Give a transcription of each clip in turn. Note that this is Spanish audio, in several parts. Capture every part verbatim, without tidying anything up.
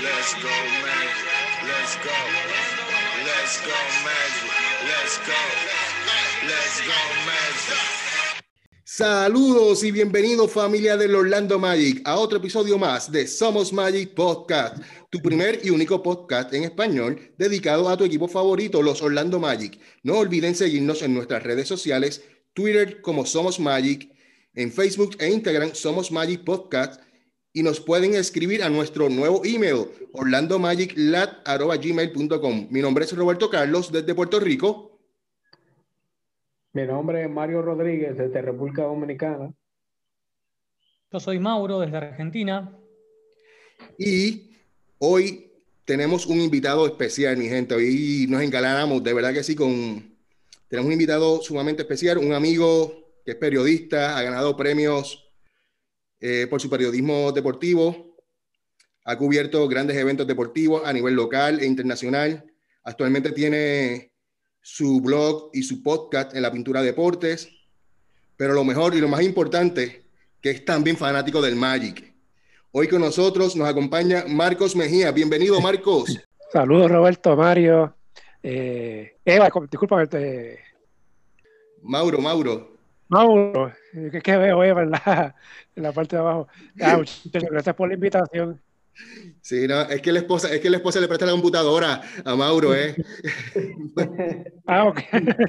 Let's go Magic. Let's go. Let's go Magic. Let's go. Let's go Magic. Saludos y bienvenidos familia del Orlando Magic a otro episodio más de Somos Magic Podcast, tu primer y único podcast en español dedicado a tu equipo favorito, los Orlando Magic. No olviden seguirnos en nuestras redes sociales, Twitter como Somos Magic, en Facebook e Instagram Somos Magic Podcast, y nos pueden escribir a nuestro nuevo email orlandomagiclat arroba gmail punto com. Mi nombre es Roberto Carlos desde Puerto Rico. Mi nombre es Mario Rodríguez desde República Dominicana. Yo soy Mauro desde Argentina. Y hoy tenemos un invitado especial, mi gente. Hoy nos engalanamos, de verdad que sí, con... Tenemos un invitado sumamente especial, un amigo que es periodista, ha ganado premios eh, por su periodismo deportivo, ha cubierto grandes eventos deportivos a nivel local e internacional. Actualmente tiene su blog y su podcast en la Pintura Deportes, pero lo mejor y lo más importante, que es también fanático del Magic. Hoy con nosotros nos acompaña Marcos Mejía. Bienvenido, Marcos. Saludos, Roberto, Mario. Eh, Eva, disculpa. Te... Mauro, Mauro. Mauro, ¿qué, qué veo, Eva, en la, en la parte de abajo? Ah, muchachos, gracias por la invitación. Sí, no, es que la esposa, es que la esposa le presta la computadora a Mauro, ¿eh? Ah, ok.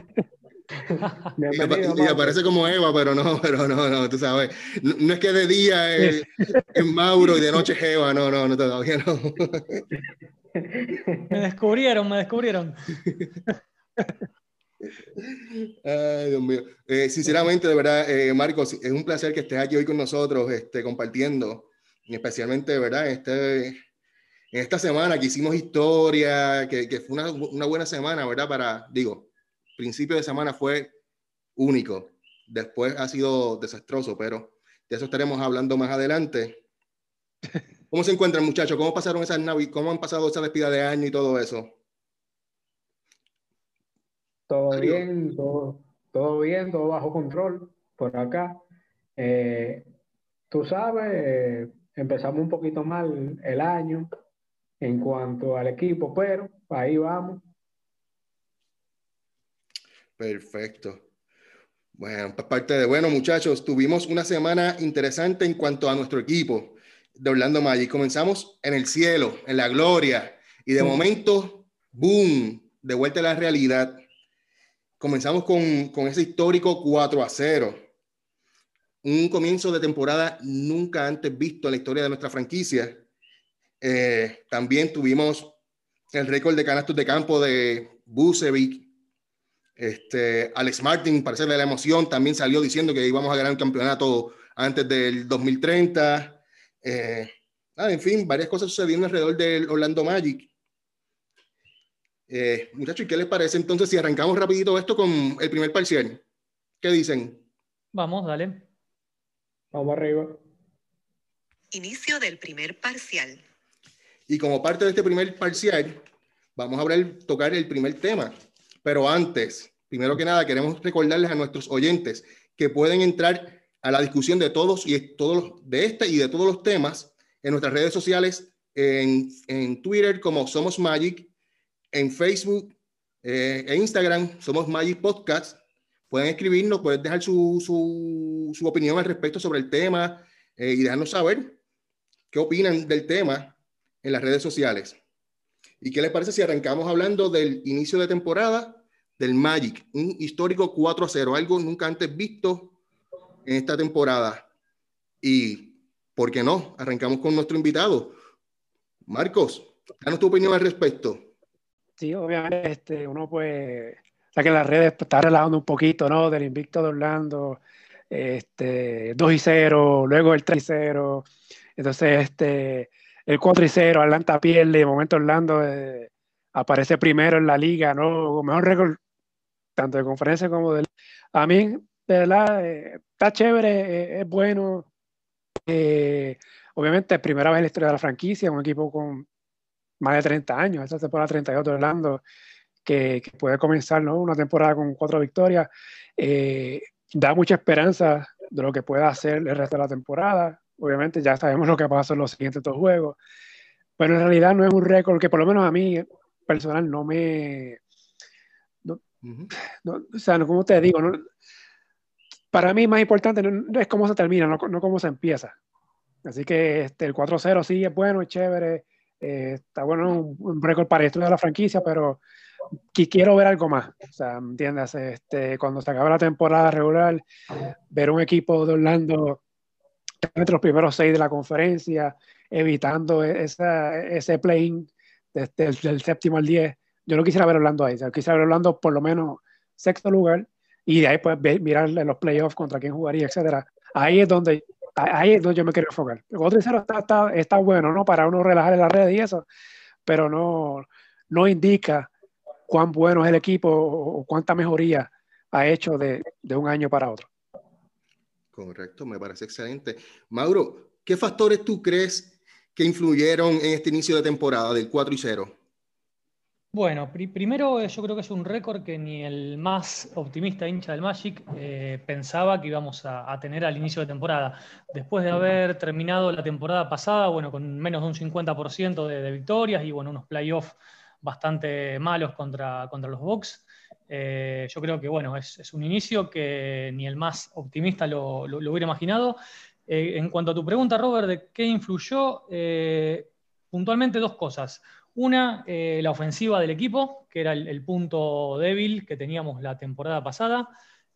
y, y aparece como Eva, pero no, pero no, no, tú sabes. No, no es que de día es, es Mauro y de noche es Eva, no, no, no, todavía no. Me descubrieron, me descubrieron. Ay, Dios mío. Eh, sinceramente, de verdad, eh, Marcos, es un placer que estés aquí hoy con nosotros, este, compartiendo, especialmente, de verdad, este, en esta semana que hicimos historia, que, que fue una, una buena semana, ¿verdad? Para, digo, principio de semana fue único, después ha sido desastroso, pero de eso estaremos hablando más adelante. ¿Cómo se encuentran, muchachos? ¿Cómo pasaron esas navi- ¿Cómo han pasado esa despedida de año y todo eso? Todo bien, todo, todo bien, todo bajo control por acá. Eh, tú sabes, eh, empezamos un poquito mal el año en cuanto al equipo, pero ahí vamos. Perfecto. Bueno, pues parte de, bueno, muchachos, tuvimos una semana interesante en cuanto a nuestro equipo de Orlando Magic. Comenzamos en el cielo, en la gloria, y de momento, boom, de vuelta a la realidad. Comenzamos con, con ese histórico cuatro a cero. Un comienzo de temporada nunca antes visto en la historia de nuestra franquicia. Eh, también tuvimos el récord de canastos de campo de Vucevic. Este, Alex Martin, para hacerle la emoción, también salió diciendo que íbamos a ganar un campeonato antes del dos mil treinta. Eh, ah, en fin, varias cosas sucediendo alrededor del Orlando Magic. Eh, muchachos, ¿y qué les parece entonces si arrancamos rapidito esto con el primer parcial? ¿Qué dicen? Vamos, dale. Vamos arriba. Inicio del primer parcial. Y como parte de este primer parcial, vamos a hablar, tocar el primer tema. Pero antes, primero que nada, queremos recordarles a nuestros oyentes que pueden entrar a la discusión de todos y todos los, de este y de todos los temas en nuestras redes sociales, en, en Twitter como Somos Magic, en Facebook eh, e Instagram Somos Magic Podcast. Pueden escribirnos, pueden dejar su, su, su opinión al respecto sobre el tema eh, y dejarnos saber qué opinan del tema en las redes sociales. ¿Y qué les parece si arrancamos hablando del inicio de temporada del Magic? Un histórico cuatro a cero, algo nunca antes visto en esta temporada. Y, ¿por qué no? Arrancamos con nuestro invitado. Marcos, danos tu opinión al respecto. Sí, obviamente este, uno pues, o sea que en las redes está relajando un poquito, ¿no? Del invicto de Orlando, este, dos y cero, luego el tres y cero, entonces este, el cuatro y cero, Atlanta pierde, de momento Orlando eh, aparece primero en la liga, ¿no? Mejor récord tanto de conferencia como de... A mí, de verdad, eh, está chévere, eh, es bueno. Eh, obviamente, primera vez en la historia de la franquicia, un equipo con más de treinta años, esta temporada treinta y dos de Orlando, que, que puede comenzar, ¿no? Una temporada con cuatro victorias. Eh, da mucha esperanza de lo que pueda hacer el resto de la temporada. Obviamente ya sabemos lo que pasa en los siguientes dos juegos, pero en realidad no es un récord que por lo menos a mí personal no me... No, Uh-huh. no, o sea, no, como te digo, no, para mí más importante no, no es cómo se termina, no, no cómo se empieza. Así que este, el cuatro cero sí es bueno, es chévere, eh, está bueno, un, un récord para esto de la franquicia, pero que quiero ver algo más. O sea, ¿entiendes? Este, cuando se acabe la temporada regular, ver un equipo de Orlando entre los primeros seis de la conferencia, evitando esa, ese play-in desde el del séptimo al diez. Yo no quisiera ver Orlando ahí, o sea, quisiera ver Orlando por lo menos sexto lugar y de ahí pues mirar en los playoffs contra quién jugaría, etcétera. Ahí es donde ahí es donde yo me quiero enfocar. El otro cero está, está, está bueno, ¿no? Para uno relajar en la red y eso, pero no, no indica cuán bueno es el equipo o, o cuánta mejoría ha hecho de, de un año para otro. Correcto, me parece excelente. Mauro, ¿qué factores tú crees que influyeron en este inicio de temporada del cuatro y cero? Bueno, pri primero yo creo que es un récord que ni el más optimista hincha del Magic eh, pensaba que íbamos a, a tener al inicio de temporada. Después de haber terminado la temporada pasada, bueno, con menos de un cincuenta por ciento de, de victorias y bueno, unos playoffs bastante malos contra, contra los Bucks, eh, yo creo que bueno, es, es un inicio que ni el más optimista lo, lo, lo hubiera imaginado. Eh, en cuanto a tu pregunta, Robert, de qué influyó, eh, puntualmente dos cosas. Una, eh, la ofensiva del equipo, que era el, el punto débil que teníamos la temporada pasada.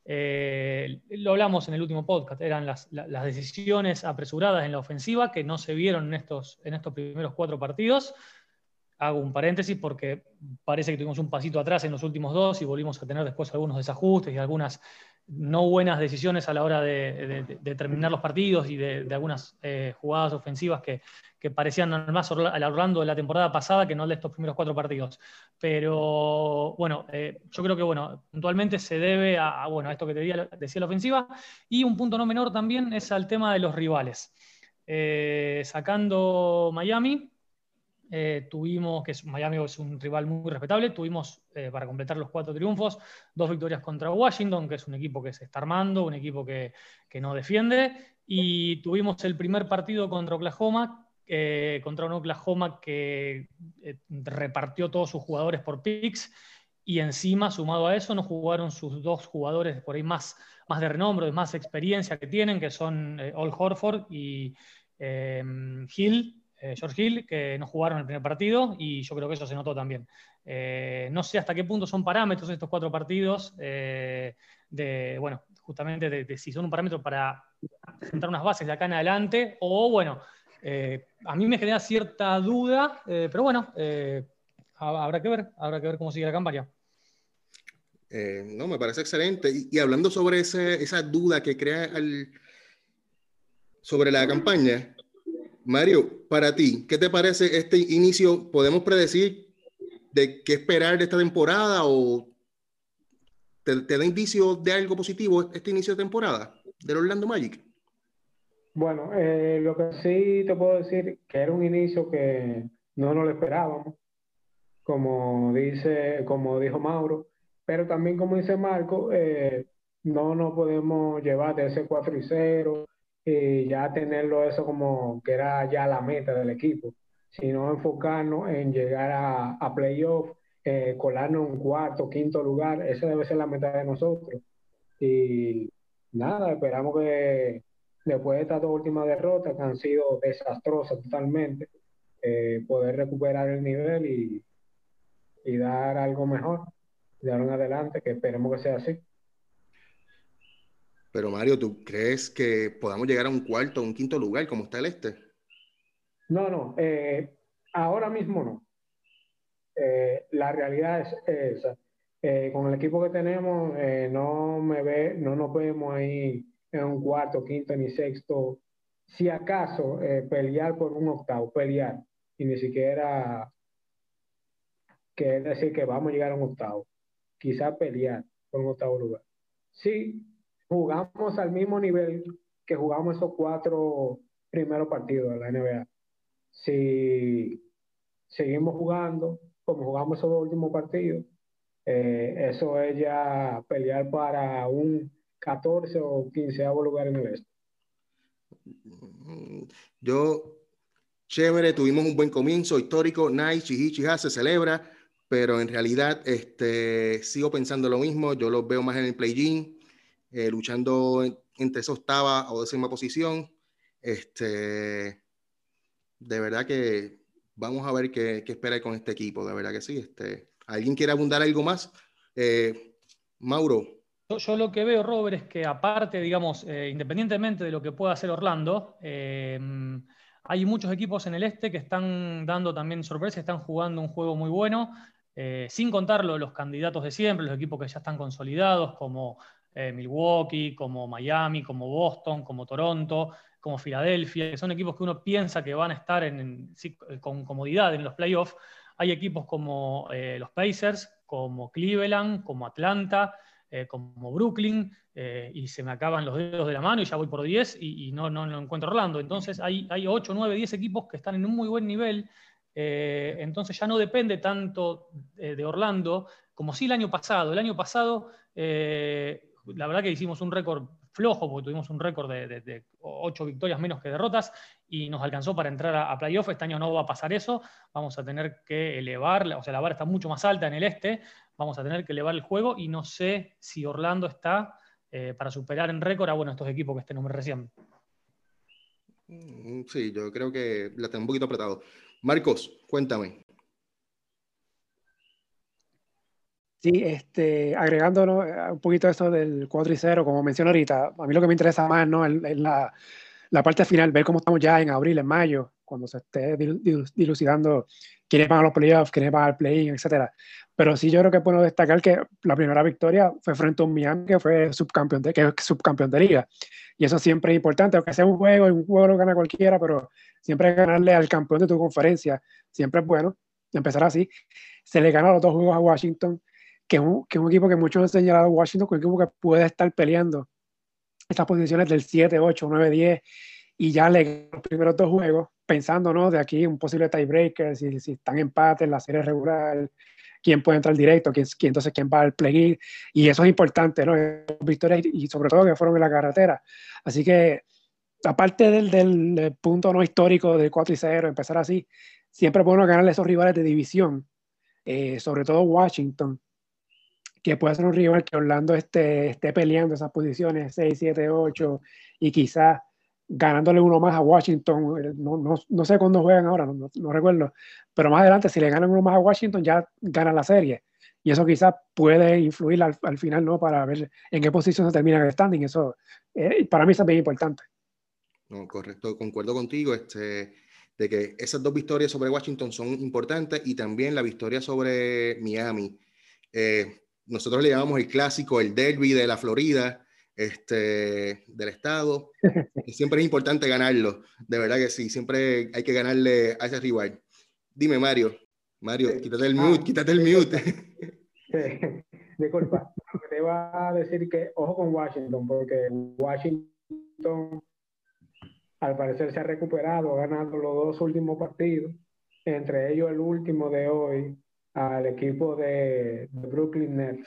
Eh, lo hablamos en el último podcast, eran las, las decisiones apresuradas en la ofensiva que no se vieron en estos, en estos primeros cuatro partidos. Hago un paréntesis porque parece que tuvimos un pasito atrás en los últimos dos y volvimos a tener después algunos desajustes y algunas no buenas decisiones a la hora de, de, de terminar los partidos y de, de algunas eh, jugadas ofensivas que, que parecían más al Orlando de la temporada pasada que no el de estos primeros cuatro partidos. Pero bueno, eh, yo creo que bueno, puntualmente se debe a, a, bueno, a esto que te decía, decía la ofensiva, y un punto no menor también es al tema de los rivales. Eh, sacando Miami, Eh, tuvimos, que es, Miami es un rival muy respetable, tuvimos eh, para completar los cuatro triunfos, dos victorias contra Washington, que es un equipo que se está armando, un equipo que, que no defiende, y tuvimos el primer partido contra Oklahoma, eh, contra un Oklahoma que eh, repartió todos sus jugadores por picks, y encima, sumado a eso, no jugaron sus dos jugadores por ahí más, más de renombre, de más experiencia que tienen, que son eh, Al Horford y eh, Hill, Eh, George Hill, que no jugaron el primer partido y yo creo que eso se notó también. Eh, no sé hasta qué punto son parámetros estos cuatro partidos, eh, de, bueno, justamente de, de si son un parámetro para sentar unas bases de acá en adelante o, bueno, eh, a mí me genera cierta duda, eh, pero bueno, eh, habrá que ver, habrá que ver cómo sigue la campaña. Eh, no, me parece excelente. Y, y hablando sobre ese, esa duda que crea el, sobre la campaña, Mario, para ti, ¿qué te parece este inicio? ¿Podemos predecir de qué esperar de esta temporada o te, te da indicios de algo positivo este inicio de temporada del Orlando Magic? Bueno, eh, lo que sí te puedo decir que era un inicio que no nos lo esperábamos, como dice, como dijo Mauro, pero también como dice Marco, eh, no nos podemos llevar de ese cuatro y cero y ya tenerlo eso como que era ya la meta del equipo, sino enfocarnos en llegar a, a playoff, eh, colarnos en un cuarto, quinto lugar, esa debe ser la meta de nosotros. Y nada, esperamos que después de estas dos últimas derrotas que han sido desastrosas totalmente, eh, poder recuperar el nivel y, y dar algo mejor de ahora en adelante, que esperemos que sea así. Pero Mario, ¿tú crees que podamos llegar a un cuarto o un quinto lugar como está el este? No, no, eh, ahora mismo no. Eh, la realidad es esa. Eh, con el equipo que tenemos, eh, no me ve, no nos vemos ahí en un cuarto, quinto ni sexto. Si acaso eh, pelear por un octavo, pelear, y ni siquiera que es decir que vamos a llegar a un octavo, quizá pelear por un octavo lugar. Si jugamos al mismo nivel que jugamos esos cuatro primeros partidos de la N B A, si seguimos jugando como jugamos esos dos últimos partidos, eh, eso es ya pelear para un catorce o quinceavo lugar en el este. Yo, chévere, tuvimos un buen comienzo, histórico, nice, chiji, chija, se celebra, pero en realidad este, sigo pensando lo mismo, yo los veo más en el play-in, eh, luchando en, entre esa octava o décima posición. Este, de verdad que vamos a ver qué, qué espera con este equipo, de verdad que sí. Este, ¿alguien quiere abundar algo más? Eh, Mauro. Yo, yo lo que veo, Robert, es que aparte, digamos, eh, independientemente de lo que pueda hacer Orlando, eh, hay muchos equipos en el este que están dando también sorpresas, están jugando un juego muy bueno, eh, sin contarlo los candidatos de siempre, los equipos que ya están consolidados, como eh, Milwaukee, como Miami, como Boston, como Toronto, como Filadelfia, que son equipos que uno piensa que van a estar en, en, sí, con comodidad en los playoffs. Hay equipos como eh, los Pacers, como Cleveland, como Atlanta, Eh, como Brooklyn, eh, y se me acaban los dedos de la mano y ya voy por diez y, y no, no lo encuentro Orlando. Entonces hay, hay ocho, nueve, diez equipos que están en un muy buen nivel, eh, entonces ya no depende tanto de, de Orlando como sí el año pasado. El año pasado, eh, la verdad que hicimos un récord flojo, porque tuvimos un récord de, de, de ocho victorias menos que derrotas, y nos alcanzó para entrar a, a playoff. Este año no va a pasar eso, vamos a tener que elevar, o sea, la vara está mucho más alta en el este, vamos a tener que elevar el juego, y no sé si Orlando está eh, para superar en récord a bueno, estos equipos que este nombre recién. Sí, yo creo que la tengo un poquito apretado. Marcos, cuéntame. Sí, este, agregándonos un poquito a eso del cuatro y cero, como mencioné ahorita, a mí lo que me interesa más, ¿no?, es, es la, la parte final, ver cómo estamos ya en abril, en mayo, cuando se esté dilucidando quiénes van a los playoffs, quiénes van al play-in, etcétera. Pero sí, yo creo que puedo destacar que la primera victoria fue frente a un Miami que fue subcampeón de, que es subcampeón de liga. Y eso siempre es importante, aunque sea un juego, un juego lo gana cualquiera, pero siempre ganarle al campeón de tu conferencia siempre es bueno, empezar así. Se le ganó los dos juegos a Washington, que es un, que es un equipo que muchos han señalado a Washington como un equipo que puede estar peleando estas posiciones del siete, ocho, nueve, diez, y ya le los primeros dos juegos, pensando, ¿no?, de aquí un posible tiebreaker, si, si están empates en la serie regular, quién puede entrar directo, quién, quién entonces quién va al play-in, y eso es importante, ¿no?, victorias, y sobre todo que fueron en la carretera. Así que, aparte del, del, del punto no histórico del cuatro y cero, empezar así, siempre es bueno ganarle a esos rivales de división, eh, sobre todo Washington, que puede ser un rival que Orlando esté, esté peleando esas posiciones seis, siete, ocho, y quizás ganándole uno más a Washington. No, no, no sé cuándo juegan ahora, no, no, no recuerdo, pero más adelante si le ganan uno más a Washington ya ganan la serie, y eso quizás puede influir al, al final, ¿no?, para ver en qué posición se termina el standing. Eso eh, para mí es bien importante. No, correcto, concuerdo contigo, este, de que esas dos victorias sobre Washington son importantes, y también la victoria sobre Miami. Eh, nosotros le llamamos el clásico, el derby de la Florida, este, del estado. Y siempre es importante ganarlo, de verdad que sí, siempre hay que ganarle a ese rival. Dime, Mario. Mario, sí. Quítate el mute, ah, quítate el disculpa. mute. Sí, disculpa. Te iba a decir que ojo con Washington, porque Washington al parecer se ha recuperado, ha ganado los dos últimos partidos, entre ellos el último de hoy al equipo de, de Brooklyn Nets.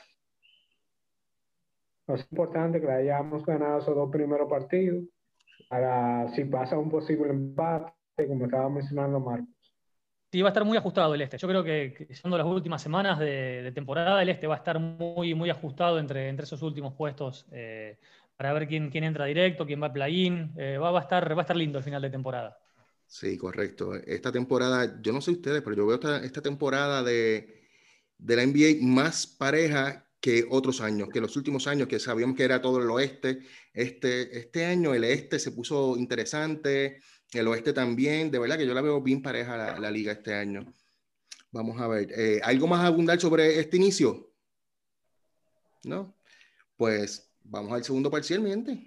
Es importante que le hayamos ganado esos dos primeros partidos para si pasa un posible empate, como estaba mencionando Marcos. Sí, va a estar muy ajustado el este. Yo creo que, que siendo las últimas semanas de, de temporada, el este va a estar muy, muy ajustado entre, entre esos últimos puestos, eh, para ver quién, quién entra directo, quién va al play-in. Eh, va, va, a estar, va a estar lindo el final de temporada. Sí, correcto. Esta temporada, yo no sé ustedes, pero yo veo esta, esta temporada de, de la N B A más pareja que otros años, que los últimos años, que sabíamos que era todo el oeste. Este, este año el este se puso interesante, el oeste también. De verdad que yo la veo bien pareja la, la liga este año. Vamos a ver. Eh, ¿algo más a abundar sobre este inicio? ¿No? Pues vamos al segundo parcial, mi gente.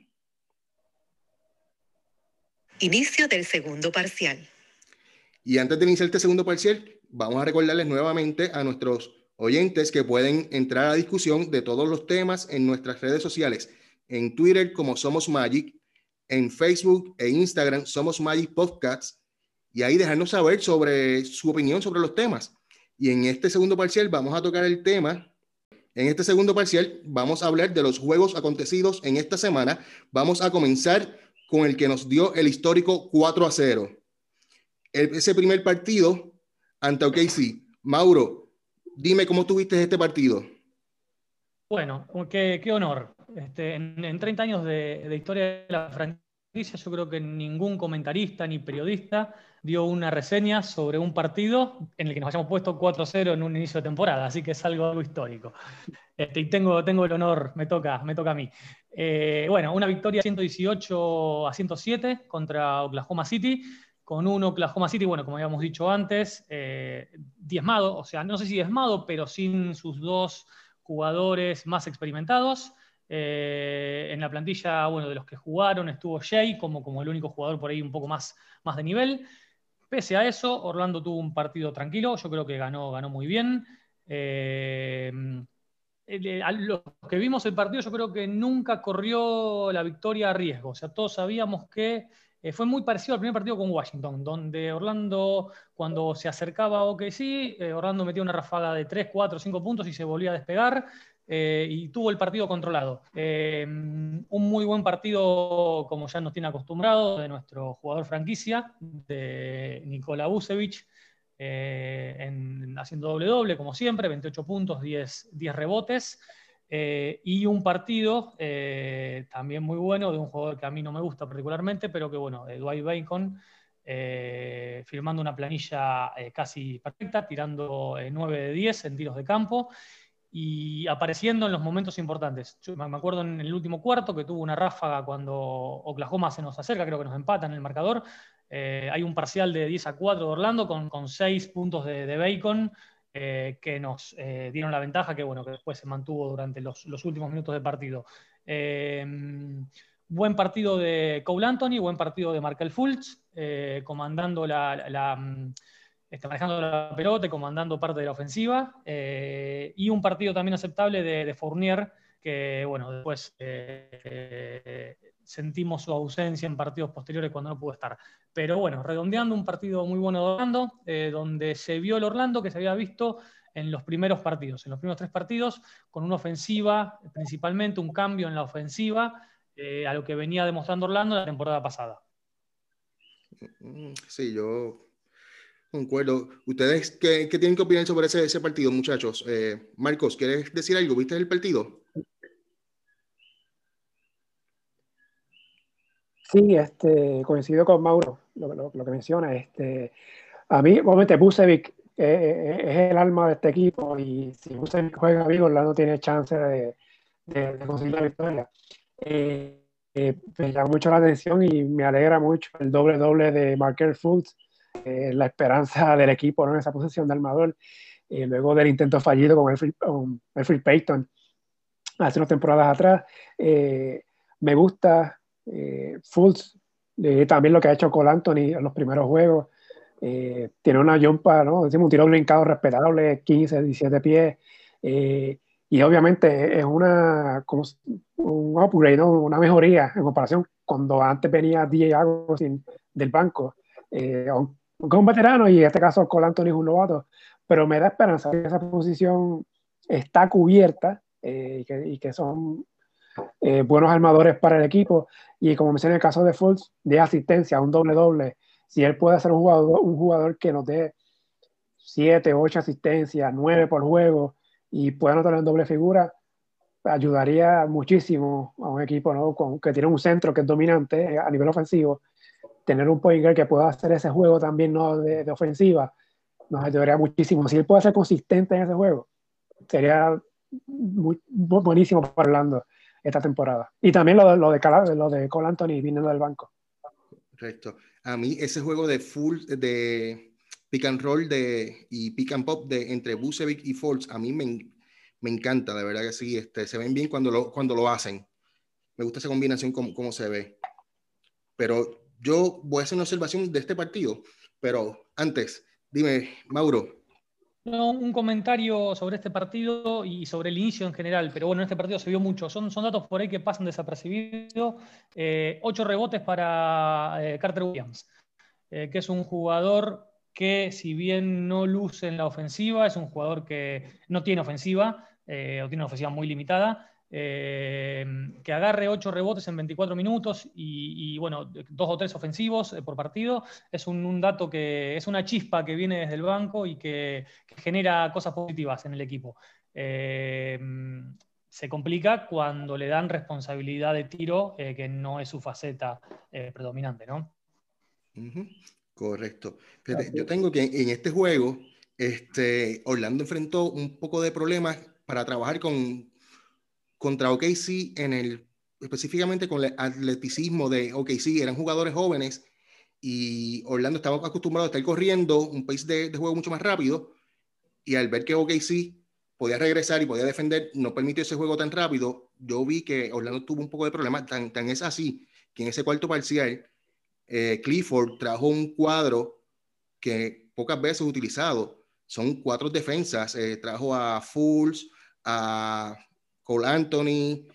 Inicio del segundo parcial. Y antes de iniciar este segundo parcial, vamos a recordarles nuevamente a nuestros oyentes que pueden entrar a la discusión de todos los temas en nuestras redes sociales. En Twitter como Somos Magic, en Facebook e Instagram Somos Magic Podcasts, y ahí dejarnos saber sobre su opinión sobre los temas. Y en este segundo parcial vamos a tocar el tema. En este segundo parcial vamos a hablar de los juegos acontecidos en esta semana. Vamos a comenzar con el que nos dio el histórico cuatro a cero. el, ese primer partido ante O K C. Mauro, dime cómo tuviste este partido. Bueno, qué, qué honor. Este, en, en treinta años de, de historia de la franquicia, yo creo que ningún comentarista ni periodista dio una reseña sobre un partido en el que nos hayamos puesto cuatro cero en un inicio de temporada, así que es algo, algo histórico. Este, y tengo, tengo el honor, me toca, me toca a mí. Eh, bueno, una victoria ciento dieciocho a ciento siete contra Oklahoma City, con un Oklahoma City, bueno, como habíamos dicho antes, eh, diezmado, o sea, no sé si diezmado, pero sin sus dos jugadores más experimentados. Eh, en la plantilla, bueno, de los que jugaron estuvo Jay como, como el único jugador por ahí un poco más, más de nivel. Pese a eso, Orlando tuvo un partido tranquilo, yo creo que ganó, ganó muy bien. Eh, a los que vimos el partido, yo creo que nunca corrió la victoria a riesgo. O sea, todos sabíamos que eh, fue muy parecido al primer partido con Washington, donde Orlando, cuando se acercaba a O K C, eh, Orlando metía una ráfaga de tres, cuatro, cinco puntos y se volvía a despegar. Eh, y tuvo el partido controlado. Eh, un muy buen partido, como ya nos tiene acostumbrado, de nuestro jugador franquicia, de Nikola Vucevic, eh, en, haciendo doble-doble, como siempre, veintiocho puntos, diez, diez rebotes, eh, y un partido eh, también muy bueno de un jugador que a mí no me gusta particularmente, pero que, bueno, de Dwight Bacon, eh, firmando una planilla eh, casi perfecta, tirando eh, nueve de diez en tiros de campo, y apareciendo en los momentos importantes. Yo me acuerdo en el último cuarto que tuvo una ráfaga cuando Oklahoma se nos acerca, creo que nos empatan en el marcador. Eh, hay un parcial de diez a cuatro de Orlando con, con seis puntos de, de Bacon eh, que nos eh, dieron la ventaja que, bueno, que después se mantuvo durante los, los últimos minutos de partido. Eh, buen partido de Cole Anthony, buen partido de Markelle Fultz, eh, comandando la... la, la Está manejando la pelota y comandando parte de la ofensiva, eh, y un partido también aceptable de, de Fournier, que bueno, después eh, eh, sentimos su ausencia en partidos posteriores cuando no pudo estar. Pero bueno, redondeando, un partido muy bueno de Orlando, eh, donde se vio el Orlando que se había visto en los primeros partidos, en los primeros tres partidos, con una ofensiva, principalmente un cambio en la ofensiva, eh, a lo que venía demostrando Orlando la temporada pasada. Sí, yo concuerdo. ¿Ustedes qué, qué tienen que opinar sobre ese, ese partido, muchachos? Eh, Marcos, ¿quieres decir algo? ¿Viste el partido? Sí, este, coincido con Mauro, lo, lo, lo que menciona. Este, a mí, obviamente, Vucevic eh, es el alma de este equipo y si Vucevic juega bien, Orlando tiene chance de, de, de conseguir la victoria. Eh, eh, me llama mucho la atención y me alegra mucho el doble-doble de Markelle Fultz, eh, la esperanza del equipo, ¿no?, en esa posición de armador, eh, luego del intento fallido con Elfrid, um, Elfrid Payton hace unas temporadas atrás. Eh, me gusta eh, Fultz, eh, también lo que ha hecho Cole Anthony en los primeros juegos. Eh, tiene una jumpa, ¿no? Decimos un tiro brincado respetable, quince, diecisiete pies. Eh, y obviamente es una, como un upgrade, ¿no?, una mejoría en comparación cuando antes venía D J Augustin del banco. Eh, aunque es un veterano y en este caso Cole Anthony es un novato, pero me da esperanza que esa posición está cubierta, eh, y, que, y que son eh, buenos armadores para el equipo. Y como mencioné en el caso de Fultz, de asistencia, un doble-doble. Si él puede ser un jugador, un jugador que nos dé siete, ocho asistencias, nueve por juego y pueda anotar en doble figura, ayudaría muchísimo a un equipo, ¿no?, con, que tiene un centro que es dominante a nivel ofensivo. Tener un point guard que pueda hacer ese juego también, ¿no?, de, de ofensiva, nos ayudaría muchísimo. Si él puede ser consistente en ese juego, sería muy, muy buenísimo para Orlando esta temporada. Y también lo, lo, de, lo de Cole Anthony viniendo del banco. Correcto. A mí ese juego de full, de pick and roll de, y pick and pop de, entre Vucevic y Fultz, a mí me, me encanta, de verdad que sí. Este, se ven bien cuando lo, cuando lo hacen. Me gusta esa combinación como, como se ve. Pero yo voy a hacer una observación de este partido. Pero antes, dime, Mauro. No, un comentario sobre este partido y sobre el inicio en general, pero bueno, en este partido se vio mucho. Son, son datos por ahí que pasan desapercibidos. Eh, ocho rebotes para eh, Carter Williams, eh, que es un jugador que, si bien no luce en la ofensiva, es un jugador que no tiene ofensiva, eh, o tiene una ofensiva muy limitada, eh, que agarre ocho rebotes en veinticuatro minutos y, y, bueno, dos o tres ofensivos eh, por partido, es un, un dato que es una chispa que viene desde el banco y que, que genera cosas positivas en el equipo. Eh, se complica cuando le dan responsabilidad de tiro, eh, que no es su faceta eh, predominante, ¿no? Uh-huh. Correcto. Fíjate, yo tengo que en este juego, este, Orlando enfrentó un poco de problemas para trabajar con, contra O K C en el, específicamente con el atleticismo de O K C. Eran jugadores jóvenes y Orlando estaba acostumbrado a estar corriendo un pace de, de juego mucho más rápido, y al ver que O K C podía regresar y podía defender, no permitió ese juego tan rápido. Yo vi que Orlando tuvo un poco de problemas, tan, tan es así que en ese cuarto parcial eh, Clifford trajo un cuadro que pocas veces utilizado. Son cuatro defensas. Eh, trajo a Fultz, a Cole Anthony,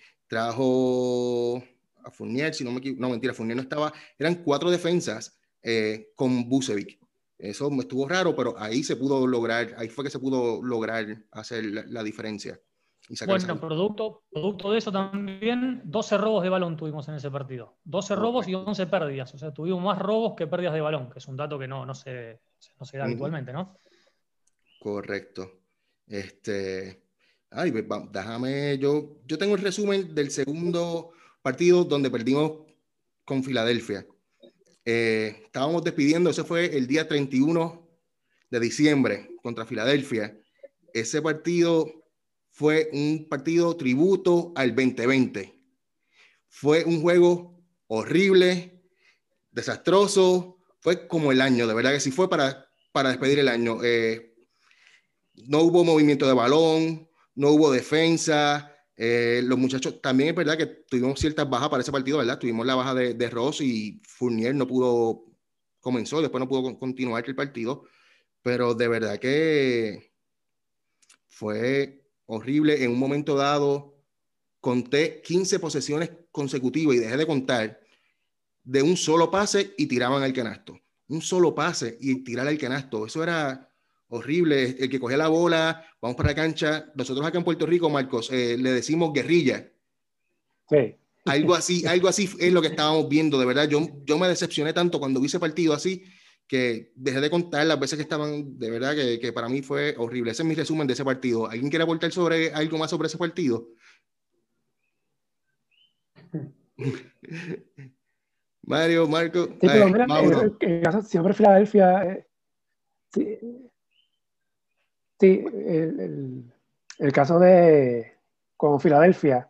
trajo a Fournier, si no me equivoco. No, mentira, Fournier no estaba. Eran cuatro defensas eh, con Vucevic. Eso me estuvo raro, pero ahí se pudo lograr, ahí fue que se pudo lograr hacer la, la diferencia. Y bueno, producto, producto de eso también, doce robos de balón tuvimos en ese partido. doce Correcto. Robos y once pérdidas. O sea, tuvimos más robos que pérdidas de balón, que es un dato que no, no, se, no se da uh-huh. habitualmente, ¿no? Correcto. Este, ay, déjame, yo, yo tengo el resumen del segundo partido donde perdimos con Filadelfia. Eh, estábamos despidiendo, ese fue el día treinta y uno de diciembre contra Filadelfia. Ese partido fue un partido tributo al veinte veinte. Fue un juego horrible, desastroso, fue como el año, de verdad que sí fue para, para despedir el año. Eh, no hubo movimiento de balón, no hubo defensa. Eh, los muchachos, también es verdad que tuvimos ciertas bajas para ese partido, ¿verdad? Tuvimos la baja de, de Ross y Fournier no pudo, comenzó, después no pudo continuar el partido, pero de verdad que fue horrible. En un momento dado conté quince posesiones consecutivas y dejé de contar de un solo pase y tiraban al canasto. Un solo pase y tirar al canasto. Eso era horrible. El que cogía la bola, vamos para la cancha. Nosotros acá en Puerto Rico, Marcos, eh, le decimos guerrilla. Sí. Algo así, algo así es lo que estábamos viendo, de verdad. Yo, yo me decepcioné tanto cuando vi ese partido así que dejé de contar las veces que estaban, de verdad que, que para mí fue horrible. Ese es mi resumen de ese partido. ¿Alguien quiere aportar sobre algo más sobre ese partido? Mario, Marco. Sí, pero mira, el, el caso siempre Filadelfia. Eh, sí, sí el, el, el caso de con Filadelfia,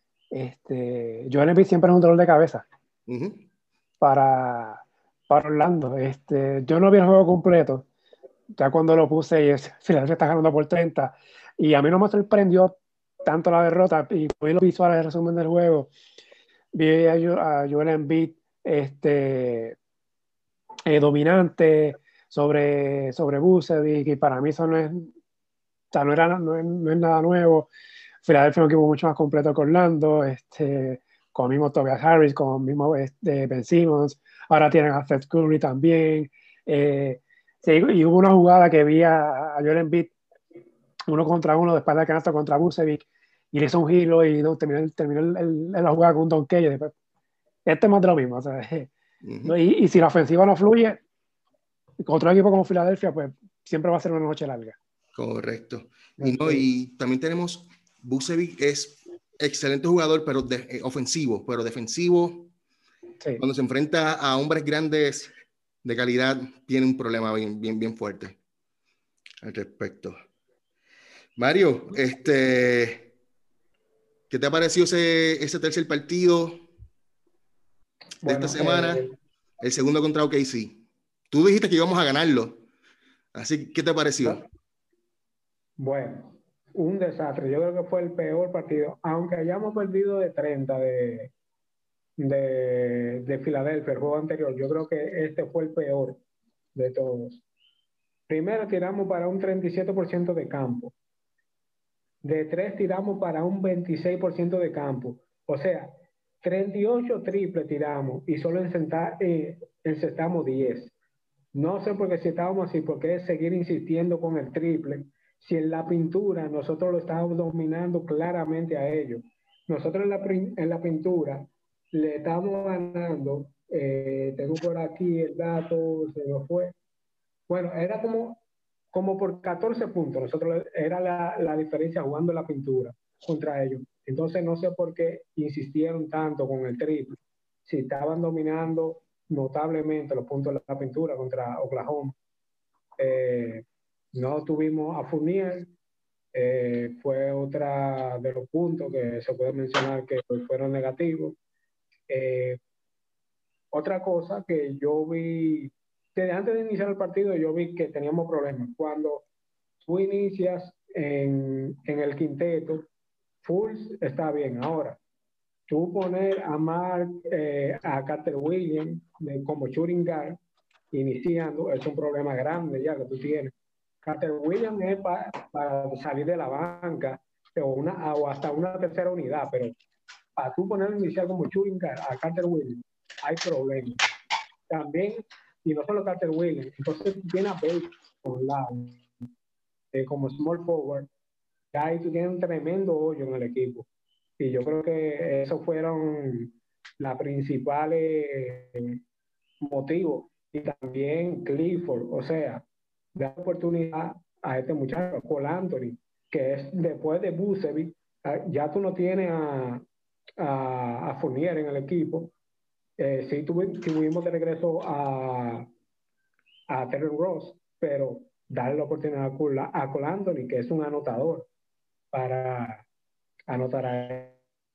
este, Joel Embiid siempre es un dolor de cabeza uh-huh. para, para Orlando. Este, yo no vi el juego completo, ya cuando lo puse y es, Filadelfia está ganando por treinta, y a mí no me sorprendió tanto la derrota, y vi los visuales del resumen del juego. Vi a, a Joel Embiid este, eh, dominante sobre, sobre Vucevic, y para mí eso no es, o sea, no, era, no, es, no es nada nuevo. Filadelfia es un equipo mucho más completo que Orlando, este, con el mismo Tobias Harris, con el mismo este, Ben Simmons. Ahora tienen a Seth Curry también. Eh, sí, y hubo una jugada que vi a, a Joel Embiid uno contra uno de espalda de canasta contra Vucevic, y le hizo un giro y no, terminó, terminó el, el, la jugada con un donkey. Después, este es más de lo mismo. O sea, uh-huh. y, y si la ofensiva no fluye, con otro equipo como Filadelfia, pues siempre va a ser una noche larga. Correcto. Y, no, y también tenemos, Vucevic es excelente jugador, pero de, eh, ofensivo, pero defensivo. Sí. Cuando se enfrenta a hombres grandes de calidad, tiene un problema bien, bien, bien fuerte al respecto. Mario, este, ¿qué te ha parecido ese, ese tercer partido de bueno, esta semana? Eh, el segundo contra O K C. Tú dijiste que íbamos a ganarlo. Así, ¿qué te pareció? Bueno, un desastre. Yo creo que fue el peor partido. Aunque hayamos perdido de treinta de, de, de Filadelfia, el juego anterior, yo creo que este fue el peor de todos. Primero tiramos para un treinta y siete por ciento de campo. De tres tiramos para un veintiséis por ciento de campo. O sea, treinta y ocho triples tiramos y solo eh, encestamos diez. No sé por qué si estábamos así, porque es seguir insistiendo con el triple. Si en la pintura nosotros lo estábamos dominando claramente a ellos. nosotros en la, en la pintura le estamos ganando, eh, tengo por aquí el dato, se nos fue, bueno, era como, como por catorce puntos, nosotros era la, la diferencia jugando la pintura contra ellos. Entonces no sé por qué insistieron tanto con el triple, si estaban dominando notablemente los puntos de la pintura contra Oklahoma. Eh, no tuvimos a Fournier, eh, fue otra de los puntos que se puede mencionar que fueron negativos. Eh, otra cosa que yo vi, desde antes de iniciar el partido, yo vi que teníamos problemas. Cuando tú inicias en, en el quinteto, Fultz está bien. Ahora, tú poner a Mark, eh, a Carter Williams de, como shooting guard, iniciando, es un problema grande ya que tú tienes. Carter Williams es para pa salir de la banca o, una, o hasta una tercera unidad, pero para tú poner inicial como shooting guard a Carter Williams, hay problemas. También, y no solo Carter Williams, entonces tiene a Bacon eh, como small forward, ya ahí tú tienes un tremendo hoyo en el equipo. Y yo creo que esos fueron los principales motivos. Y también Clifford, o sea, da oportunidad a este muchacho, Cole Anthony, que es después de Vucevic, ya tú no tienes a, a, a Fournier en el equipo. Eh, sí tuvi, tuvimos de regreso a, a Terrence Ross, pero darle la oportunidad a Cole, a Cole Anthony, que es un anotador, para anotar a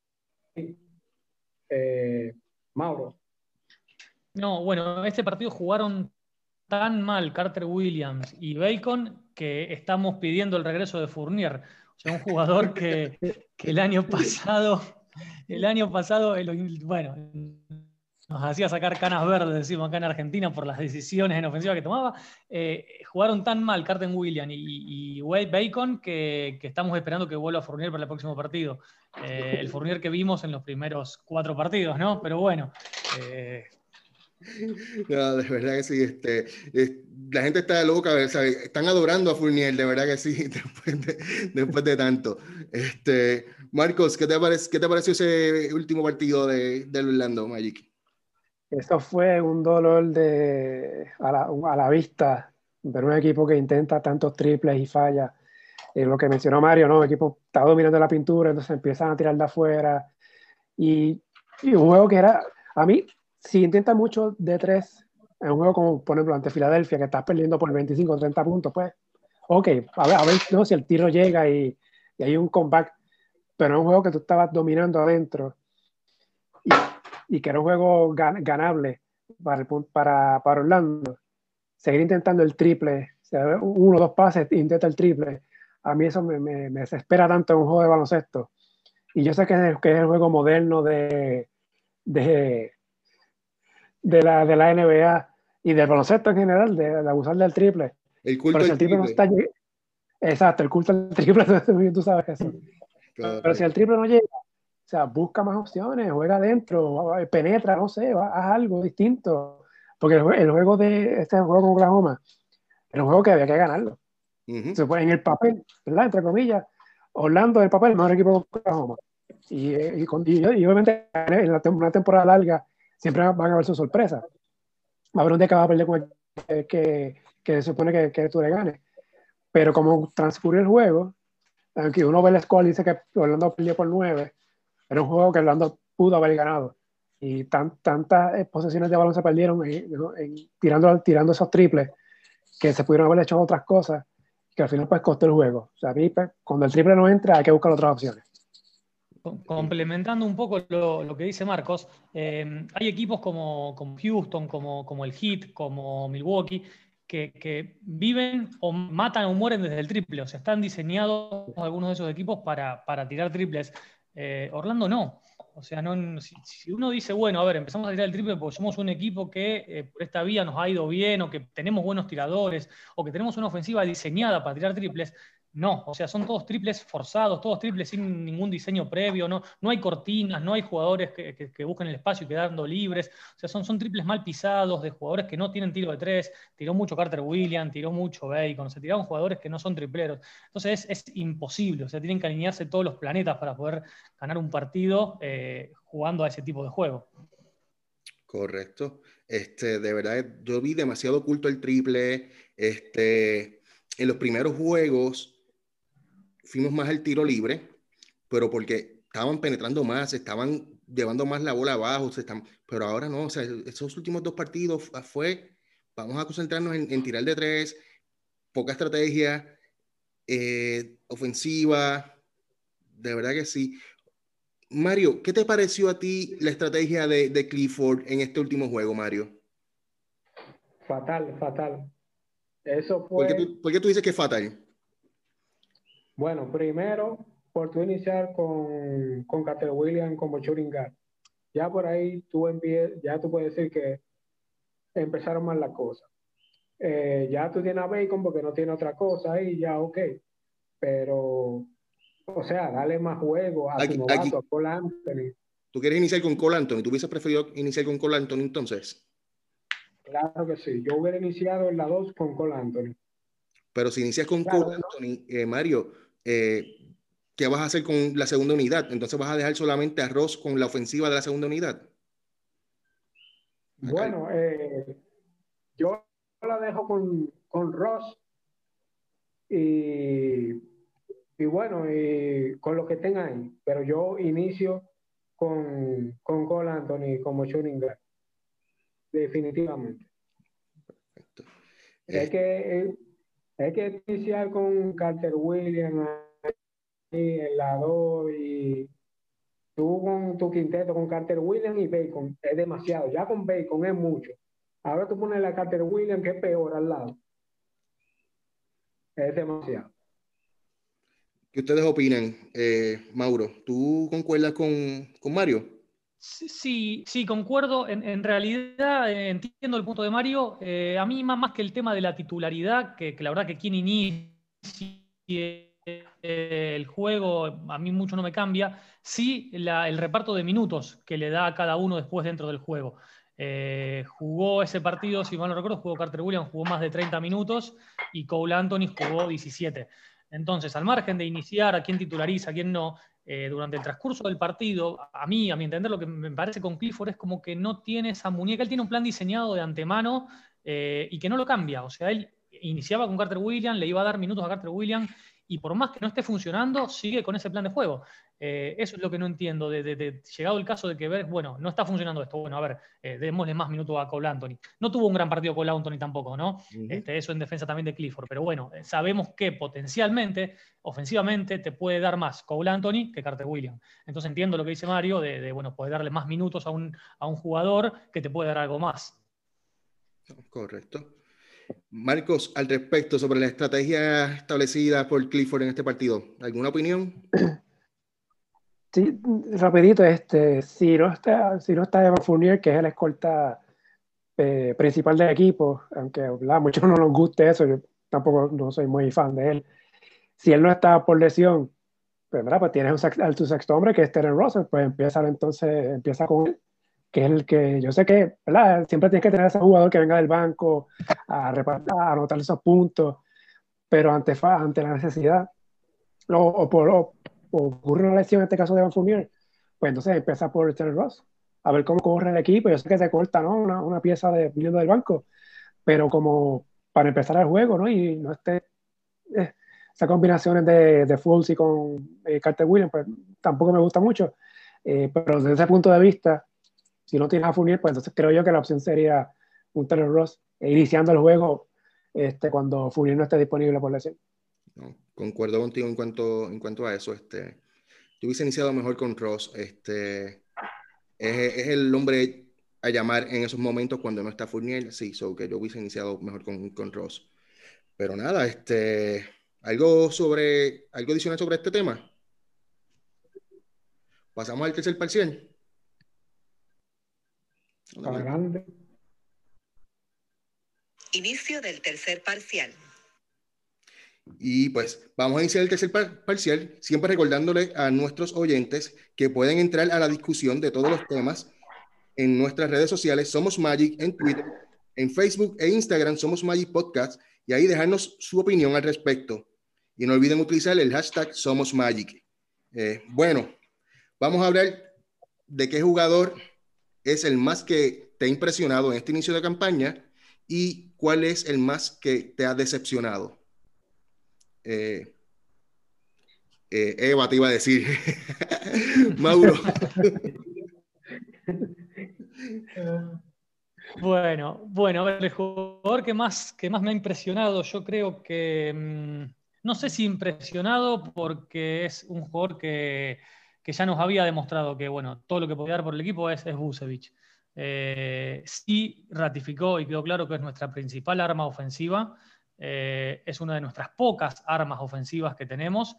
eh, Mauro. No, bueno, este partido jugaron tan mal Carter Williams y Bacon que estamos pidiendo el regreso de Fournier. O sea, un jugador que, que el año pasado, el año pasado, el, bueno, nos hacía sacar canas verdes, decimos acá en Argentina, por las decisiones en ofensiva que tomaba. Eh, jugaron tan mal Carter Williams y, y Wade Bacon que, que estamos esperando que vuelva a Fournier para el próximo partido. Eh, el Fournier que vimos en los primeros cuatro partidos, ¿no? Pero bueno... Eh, No, de verdad que sí. Este, es, la gente está loca, ¿sabes? Están adorando a Fournier, de verdad que sí, después de, después de tanto. Este, Marcos, ¿qué te, parece, ¿qué te pareció ese último partido de, de Orlando Magic? Eso fue un dolor de, a, la, a la vista, ver un equipo que intenta tantos triples y falla. Eh, lo que mencionó Mario, ¿no? El equipo está dominando la pintura, entonces empiezan a tirar de afuera. Y, y un juego que era, a mí, si intentas mucho de tres, en un juego como, por ejemplo, ante Filadelfia, que estás perdiendo por veinticinco o treinta puntos, pues, ok, a ver, a ver no, si el tiro llega y, y hay un comeback, pero en un juego que tú estabas dominando adentro y, y que era un juego gan, ganable para, el, para, para Orlando, seguir intentando el triple, o sea, uno o dos pases, intenta el triple, a mí eso me, me, me desespera tanto en un juego de baloncesto. Y yo sé que es, que es el juego moderno de... de De la, de la N B A y del baloncesto en general, de, de abusar del triple. El culto pero si del el triple, triple. No está, exacto, el culto del triple, tú sabes eso. Claro. Pero si el triple no llega, o sea, busca más opciones, juega adentro, penetra, no sé, haz algo distinto. Porque el, el juego de este juego con Oklahoma era un juego que había que ganarlo. Uh-huh. Se pone en el papel, ¿verdad? Entre comillas, Orlando en el papel, el mejor equipo de Oklahoma. Y, y, y, y obviamente en la, una temporada larga siempre van a haber sus sorpresas. Va a haber un día que va a perder con el que, que, que se supone que, que tú le ganes. Pero como transcurrió el juego, aunque uno ve el score y dice que Orlando perdió por nueve, era un juego que Orlando pudo haber ganado. Y tan, tantas posesiones de balón se perdieron en, en, tirando, tirando esos triples que se pudieron haber hecho otras cosas que al final pues costó el juego. O sea, a mí, cuando el triple no entra hay que buscar otras opciones. Complementando un poco lo, lo que dice Marcos, eh, hay equipos como, como Houston, como, como el Heat, como Milwaukee, que, que viven o matan o mueren desde el triple. O sea, están diseñados algunos de esos equipos para, para tirar triples. Eh, Orlando no. O sea, no, si, si uno dice, bueno, a ver, empezamos a tirar el triple porque somos un equipo que eh, por esta vía nos ha ido bien, o que tenemos buenos tiradores, o que tenemos una ofensiva diseñada para tirar triples, No, o sea, son todos triples forzados, todos triples sin ningún diseño previo, no, no hay cortinas, no hay jugadores que, que, que busquen el espacio y quedando libres, o sea, son, son triples mal pisados de jugadores que no tienen tiro de tres, tiró mucho Carter Williams, tiró mucho Bacon, o sea, tiraron jugadores que no son tripleros, entonces es, es imposible, o sea, tienen que alinearse todos los planetas para poder ganar un partido eh, jugando a ese tipo de juego. Correcto. Este, de verdad, yo vi demasiado oculto el triple. Este, en los primeros juegos fuimos más al tiro libre, pero porque estaban penetrando más, estaban llevando más la bola abajo, se están, pero ahora no, o sea, esos últimos dos partidos fue, vamos a concentrarnos en, en tirar de tres, poca estrategia, eh, ofensiva, de verdad que sí. Mario, ¿qué te pareció a ti la estrategia de, de Clifford en este último juego, Mario? Fatal, fatal. Eso ¿Por qué fue, tú, por qué tú dices que es fatal? bueno, primero, por tu iniciar con, con Carter Williams como shooting guard. Ya por ahí tú empie- ya tú puedes decir que empezaron mal las cosas. Eh, ya tú tienes a Bacon porque no tiene otra cosa ahí, ya ok. Pero, o sea, dale más juego a tu Aquí, novato, a aquí, Cole Anthony. ¿tú quieres iniciar con Cole Anthony? ¿Tú hubieses preferido iniciar con Cole Anthony entonces? Claro que sí. Yo hubiera iniciado en la dos con Cole Anthony. Pero si inicias con Cole Claro, Anthony, eh, Mario, eh, ¿qué vas a hacer con la segunda unidad? Entonces vas a dejar solamente a Ross con la ofensiva de la segunda unidad. Acá, bueno, eh, yo la dejo con, con Ross y, y bueno, y con lo que tenga ahí. Pero yo inicio con, con Cole Anthony como shooting guard. Definitivamente. Es eh, que hay que iniciar con Carter Williams ahí en la dos y tú con tu quinteto con Carter Williams y Bacon es demasiado. Ya con Bacon es mucho. Ahora tú pones a Carter Williams que es peor al lado. Es demasiado. ¿qué ustedes opinan, eh, Mauro? ¿Tú concuerdas con, con Mario? Sí, sí, sí, concuerdo. En, en realidad eh, entiendo el punto de Mario. Eh, a mí más, más que el tema de la titularidad, que, que la verdad que quien inicie el juego a mí mucho no me cambia, sí la, el reparto de minutos que le da a cada uno después dentro del juego. Eh, jugó ese partido, si mal no recuerdo, jugó Carter Williams, jugó más de treinta minutos y Cole Anthony jugó diecisiete. Entonces, al margen de iniciar a quién titulariza, a quién no, eh, durante el transcurso del partido, a mí, a mi entender, lo que me parece con Clifford es como que no tiene esa muñeca, él tiene un plan diseñado de antemano eh, y que no lo cambia. O sea, él iniciaba con Carter Williams, le iba a dar minutos a Carter Williams y por más que no esté funcionando, sigue con ese plan de juego. Eh, eso es lo que no entiendo, de, de, de, llegado el caso de que ver, bueno, no está funcionando esto, bueno, a ver, eh, démosle más minutos a Cole Anthony. No tuvo un gran partido Cole Anthony tampoco, ¿no? Uh-huh. Este, eso en defensa también de Clifford, pero bueno, sabemos que potencialmente, ofensivamente, te puede dar más Cole Anthony que Carter Williams. Entonces entiendo lo que dice Mario, de, de bueno, poder darle más minutos a un, a un jugador que te puede dar algo más. Correcto. Marcos, al respecto sobre la estrategia establecida por Clifford en este partido, ¿alguna opinión? Sí, rapidito, este, si no está, si no está Evan Fournier, que es el escolta eh, principal del equipo, aunque a muchos no nos guste eso, yo tampoco no soy muy fan de él. Si él no está por lesión, pues, ¿verdad? Pues tienes un sex, tu sexto hombre que es Terence Russell, pues empieza entonces, empieza con él, que es el que, yo sé que, ¿verdad? Siempre tienes que tener a ese jugador que venga del banco a, repartir, a anotar esos puntos, pero ante, ante la necesidad, o, o por, o, o ocurre una lesión en este caso de Evan Fournier, pues entonces empieza por Terence Russell, a ver cómo corre el equipo. Yo sé que se corta, ¿no? Una, una pieza de viniendo del banco, pero como para empezar el juego, ¿no? Y no esté eh, esas combinaciones de, de Fultz con eh, Carter Williams, pues tampoco me gusta mucho. Eh, pero desde ese punto de vista, si no tienes a Fournier, pues entonces creo yo que la opción sería un Terence Ross eh, iniciando el juego este, cuando Fournier no esté disponible por lesión. No, concuerdo contigo en cuanto, en cuanto a eso. Este, yo hubiese iniciado mejor con Ross. Este, es, es el hombre a llamar en esos momentos cuando no está Fournier. Sí, so que yo hubiese iniciado mejor con, con Ross. Pero nada, este, algo sobre, algo adicional sobre este tema. Pasamos al tercer parcial. Adelante. Inicio del tercer parcial. Y pues vamos a iniciar el tercer par parcial, siempre recordándole a nuestros oyentes que pueden entrar a la discusión de todos los temas en nuestras redes sociales. Somos Magic en Twitter, en Facebook e Instagram, Somos Magic Podcast, y ahí dejarnos su opinión al respecto. Y no olviden utilizar el hashtag Somos Magic. Eh, bueno, vamos a hablar de qué jugador es el más que te ha impresionado en este inicio de campaña y cuál es el más que te ha decepcionado. Eh, eh, Eva te iba a decir. Mauro. Bueno, bueno, a ver, el jugador que más, que más me ha impresionado, yo creo que, mmm, no sé si impresionado porque es un jugador que, que ya nos había demostrado que, bueno, todo lo que podía dar por el equipo es, es Vucevic. Eh, sí ratificó y quedó claro que es nuestra principal arma ofensiva, eh, es una de nuestras pocas armas ofensivas que tenemos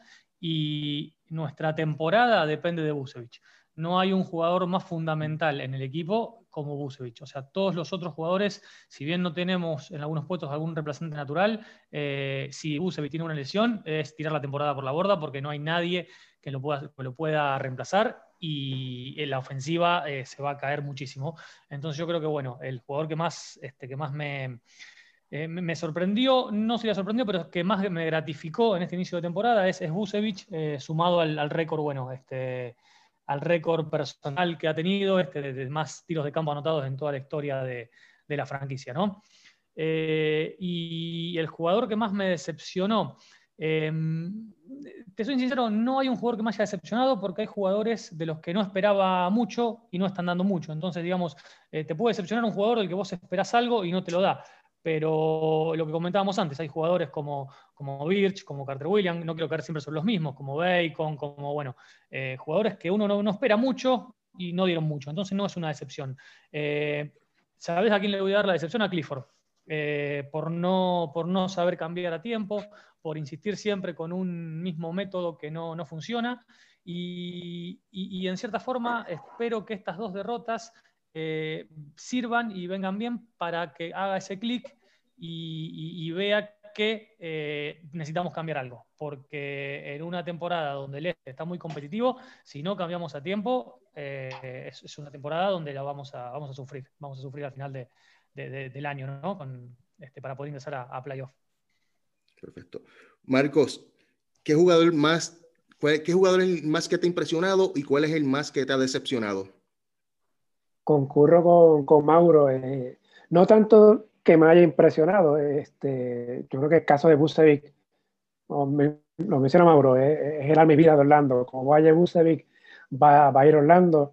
y nuestra temporada depende de Vucevic. No hay un jugador más fundamental en el equipo como Vucevic. O sea, todos los otros jugadores, si bien no tenemos en algunos puestos algún reemplazante natural, eh, si Vucevic tiene una lesión, es tirar la temporada por la borda porque no hay nadie que lo pueda, que lo pueda reemplazar y en la ofensiva eh, se va a caer muchísimo. Entonces yo creo que, bueno, el jugador que más, este, que más me... Eh, me sorprendió, no se le sorprendió, pero que más me gratificó en este inicio de temporada es, es Vucevic, eh, sumado al, al récord, bueno, este, al récord personal que ha tenido, este, de, de más tiros de campo anotados en toda la historia de, de la franquicia, ¿no? Eh, y el jugador que más me decepcionó, eh, te soy sincero, no hay un jugador que me haya decepcionado porque hay jugadores de los que no esperaba mucho y no están dando mucho. Entonces, digamos, eh, te puede decepcionar un jugador del que vos esperás algo y no te lo da. Pero lo que comentábamos antes, hay jugadores como, como Birch, como Carter Williams, no quiero caer siempre sobre los mismos, como Bacon, como, bueno, eh, jugadores que uno no, no espera mucho y no dieron mucho. Entonces no es una decepción. Eh, ¿Sabés a quién le voy a dar la decepción? A Clifford. Eh, por, no, por no saber cambiar a tiempo, por insistir siempre con un mismo método que no, no funciona. Y, y, y en cierta forma espero que estas dos derrotas eh, sirvan y vengan bien para que haga ese clic y, y, y vea que eh, necesitamos cambiar algo, porque en una temporada donde el este está muy competitivo, si no cambiamos a tiempo, eh, es, es una temporada donde la vamos a, vamos a sufrir, vamos a sufrir al final de, de, de, del año, ¿no? Con, este, para poder ingresar a, a playoff. Perfecto. Marcos, ¿qué jugador más, qué jugador es el más que te ha impresionado y cuál es el más que te ha decepcionado? Concurro con, con Mauro. Eh, no tanto que me haya impresionado. Este, yo creo que el caso de Vucevic, lo menciona Mauro, eh, era mi vida de Orlando. Como vaya Vucevic, va, va a ir a Orlando.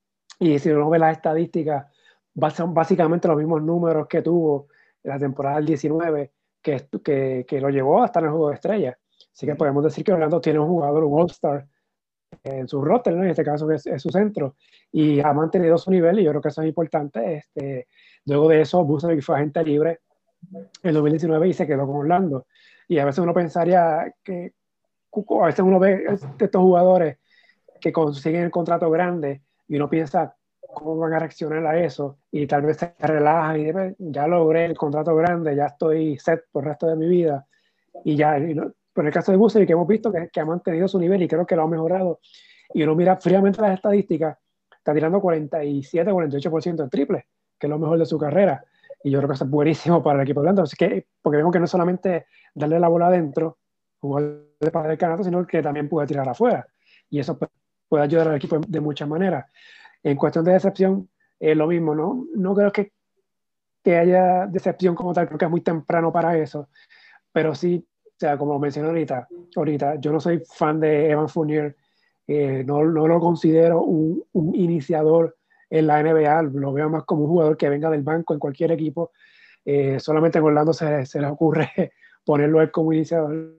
Y si uno ve las estadísticas, son básicamente los mismos números que tuvo en la temporada del diecinueve, que, que, que lo llevó hasta en el juego de estrellas. Así que podemos decir que Orlando tiene un jugador, un All-Star, en su roster, ¿no? En este caso es, es su centro, y ha mantenido su nivel, y yo creo que eso es importante. Este, luego de eso, Vucevic fue agente libre en dos mil diecinueve y se quedó con Orlando. Y a veces uno pensaría que, a veces uno ve estos jugadores que consiguen el contrato grande y uno piensa cómo van a reaccionar a eso, y tal vez se relajan y dicen, ya logré el contrato grande, ya estoy set por el resto de mi vida, y ya, y no, pero en el caso de Vucevic, que hemos visto que, que ha mantenido su nivel y creo que lo ha mejorado, y uno mira fríamente las estadísticas, está tirando cuarenta y siete, cuarenta y ocho por ciento en triple, que es lo mejor de su carrera, y yo creo que eso es buenísimo para el equipo de Orlando. Así que, porque vemos que no es solamente darle la bola adentro, jugar para el canasto, sino que también puede tirar afuera, y eso puede, puede ayudar al equipo de, de muchas maneras. En cuestión de decepción, es eh, lo mismo, ¿no? No creo que, que haya decepción como tal, creo que es muy temprano para eso, pero sí, o sea, como mencioné ahorita, ahorita, yo no soy fan de Evan Fournier, eh, no, no lo considero un, un iniciador en la N B A, lo veo más como un jugador que venga del banco en cualquier equipo. Eh, solamente en Orlando se, se les ocurre ponerlo él como iniciador.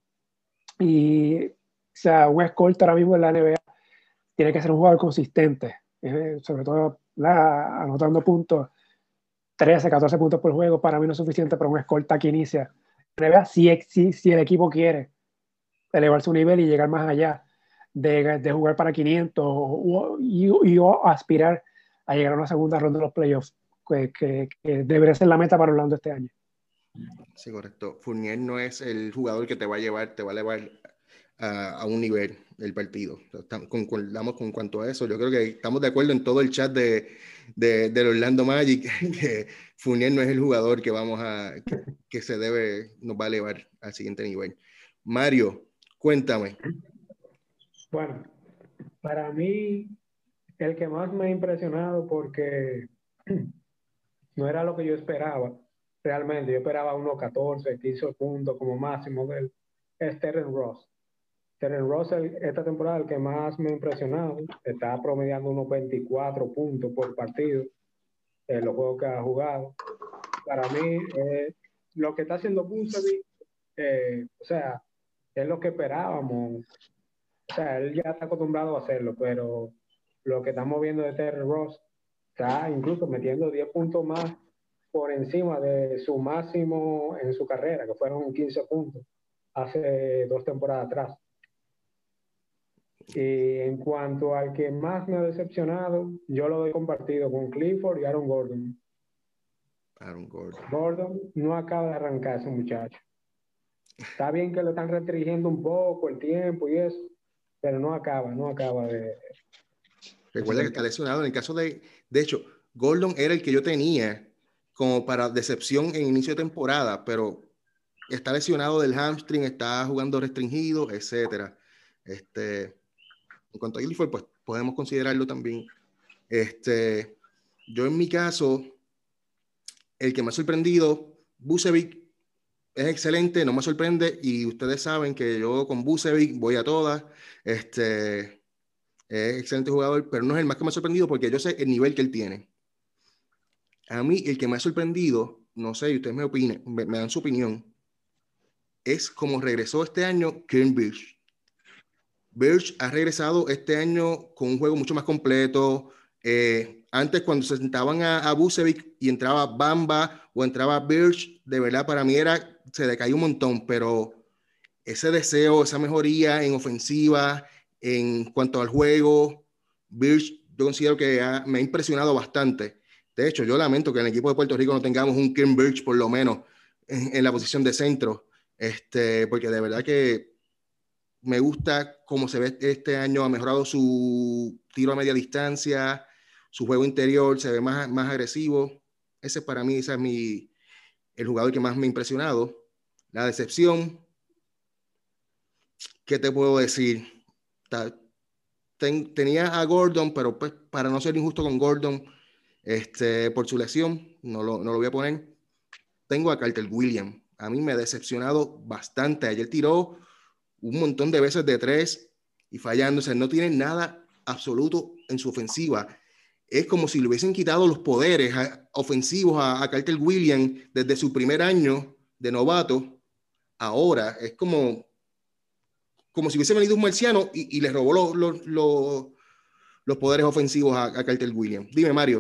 Y, o sea, un escolta ahora mismo en la N B A tiene que ser un jugador consistente, eh, sobre todo la, anotando puntos, trece, catorce puntos por juego, para mí no es suficiente para un escolta que inicia. Si, si, si el equipo quiere elevar su nivel y llegar más allá de, de jugar para quinientos o, y, y o aspirar a llegar a una segunda ronda de los playoffs, que, que, que debería ser la meta para Orlando este año. Sí, correcto. Fournier no es el jugador que te va a llevar, te va a llevar a, a un nivel del partido. Estamos, concordamos con cuanto a eso. Yo creo que estamos de acuerdo en todo el chat de, de, del Orlando Magic que Fournier no es el jugador que vamos a que, que se debe, nos va a elevar al siguiente nivel. Mario, cuéntame. Bueno, para mí, el que más me ha impresionado porque no era lo que yo esperaba. Realmente, yo esperaba unos catorce, quince puntos como máximo del es Terrence Ross. Terrence Ross el, esta temporada el que más me ha impresionado. Está promediando unos veinticuatro puntos por partido en los juegos que ha jugado. Para mí, eh, lo que está haciendo Vucevic, eh, o sea, es lo que esperábamos. O sea, él ya está acostumbrado a hacerlo, pero lo que estamos viendo de Terrence Ross está incluso metiendo diez puntos más por encima de su máximo en su carrera, que fueron quince puntos hace dos temporadas atrás. Y en cuanto al que más me ha decepcionado, yo lo he compartido con Clifford y Aaron Gordon. Aaron Gordon. Gordon no acaba de arrancar ese muchacho. Está bien que lo están restringiendo un poco el tiempo y eso, pero no acaba, no acaba de... Recuerda que está lesionado. En el caso de, de hecho, Gordon era el que yo tenía como para decepción en inicio de temporada, pero está lesionado del hamstring, está jugando restringido, etcétera. Este, en cuanto a Clifford, pues podemos considerarlo también. Este, yo en mi caso, el que me ha sorprendido, Vucevic, es excelente, no me sorprende, y ustedes saben que yo con Vucevic voy a todas. Este, es excelente jugador, pero no es el más que me ha sorprendido porque yo sé el nivel que él tiene. A mí, el que me ha sorprendido, no sé, y ustedes me opinen, me, me dan su opinión, es como regresó este año Kevin Birch. Birch ha regresado este año con un juego mucho más completo. Eh, antes, cuando se sentaban a, a Vucevic y entraba Bamba o entraba Birch, de verdad para mí era, se decaía un montón, pero ese deseo, esa mejoría en ofensiva, en cuanto al juego, Birch, yo considero que ha, me ha impresionado bastante. De hecho, yo lamento que en el equipo de Puerto Rico no tengamos un Kim Birch, por lo menos, en, en la posición de centro, este, porque de verdad que me gusta cómo se ve este año, ha mejorado su tiro a media distancia, su juego interior se ve más, más agresivo. Ese para mí, ese es mi, el jugador que más me ha impresionado. La decepción, ¿qué te puedo decir? Ten, tenía a Gordon, pero pues para no ser injusto con Gordon, este, por su lesión, no lo, no lo voy a poner. Tengo a Carter Williams. A mí me ha decepcionado bastante. Ayer tiró un montón de veces de tres y fallándose. No tiene nada absoluto en su ofensiva. Es como si le hubiesen quitado los poderes a, ofensivos a, a Carter Williams desde su primer año de novato. Ahora es como como si hubiese venido un marciano y, y le robó lo, lo, lo, los poderes ofensivos a, a Carter Williams. Dime, Mario.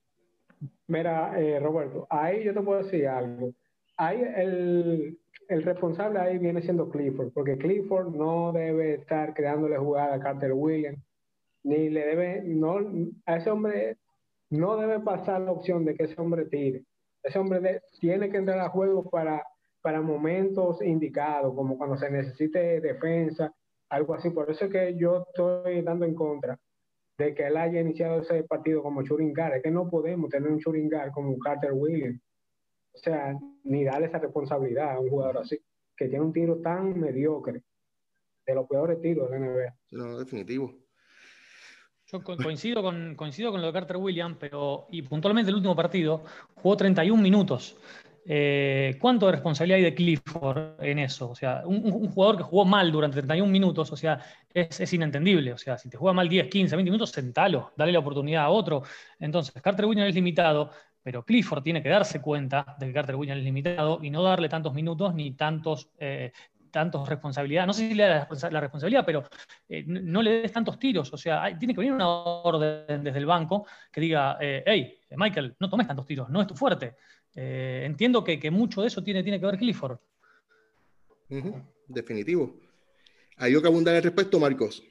Mira, eh, Roberto, ahí yo te puedo decir algo. Ahí el, el responsable ahí viene siendo Clifford, porque Clifford no debe estar creándole jugada a Carter Williams, ni le debe, no, a ese hombre no debe pasar la opción de que ese hombre tire. Ese hombre de, tiene que entrar a juego para, para momentos indicados, como cuando se necesite defensa, algo así. Por eso es que yo estoy dando en contra de que él haya iniciado ese partido como shooting guard. Es que no podemos tener un shooting guard como Carter Williams. O sea, ni darle esa responsabilidad a un jugador así, que tiene un tiro tan mediocre, de los peores tiros de la N B A. No, definitivo. Yo coincido con, coincido con lo de Carter Williams, pero y puntualmente el último partido jugó treinta y un minutos. Eh, ¿Cuánto de responsabilidad hay de Clifford en eso? O sea, un, un jugador que jugó mal durante treinta y un minutos, o sea, es, es inentendible. O sea, si te juega mal diez, quince, veinte minutos, sentalo, dale la oportunidad a otro. Entonces, Carter Williams es limitado, pero Clifford tiene que darse cuenta de que Carter Williams es limitado y no darle tantos minutos ni tantos... Eh, tantos responsabilidad, no sé si le da la, la responsabilidad, pero eh, no le des tantos tiros, o sea, hay, tiene que venir una orden desde el banco que diga, eh, hey, Michael, no tomes tantos tiros, no es tu fuerte. Eh, entiendo que, que mucho de eso tiene, tiene que ver Clifford. Uh-huh. Definitivo. ¿Hay algo que abundar al respecto, Marcos?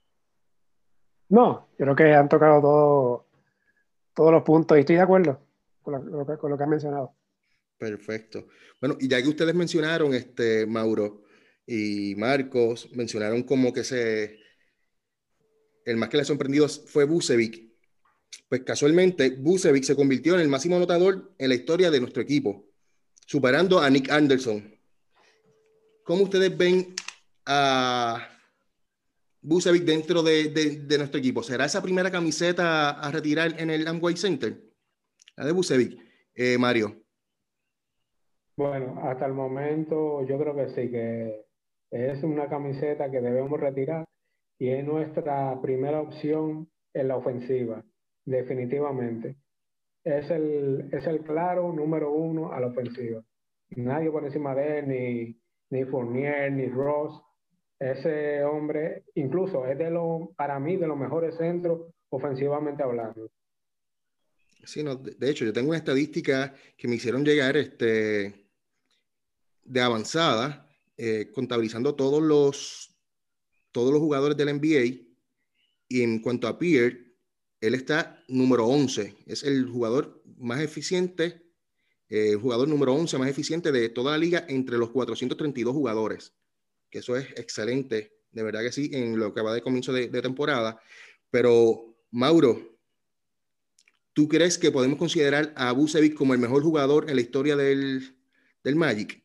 No, yo creo que han tocado todo, todos los puntos y estoy de acuerdo. con lo, lo que, con lo que han mencionado. Perfecto. Bueno, y ya que ustedes mencionaron, este, Mauro y Marcos, mencionaron como que se, el más que les ha sorprendido fue Vucevic. Pues casualmente, Vucevic se convirtió en el máximo anotador en la historia de nuestro equipo, superando a Nick Anderson. ¿Cómo ustedes ven a Vucevic dentro de, de, de nuestro equipo? ¿Será esa primera camiseta a retirar en el Amway Center? La de Vucevic. Eh, Mario. Bueno, hasta el momento yo creo que sí, que es una camiseta que debemos retirar y es nuestra primera opción en la ofensiva, definitivamente. Es el, es el claro número uno a la ofensiva. Nadie por encima de él, ni, ni Fournier, ni Ross. Ese hombre, incluso es de lo, para mí, de los mejores centros ofensivamente hablando. Sí, no, de, de hecho, yo tengo una estadística que me hicieron llegar este, de avanzada, eh, contabilizando todos los, todos los jugadores del N B A. Y en cuanto a Pierre, él está número once. Es el jugador más eficiente, eh, el jugador número once más eficiente de toda la liga entre los cuatrocientos treinta y dos jugadores. Que eso es excelente, de verdad que sí, en lo que va de comienzo de, de temporada. Pero, Mauro, ¿tú crees que podemos considerar a Vucevic como el mejor jugador en la historia del, del Magic?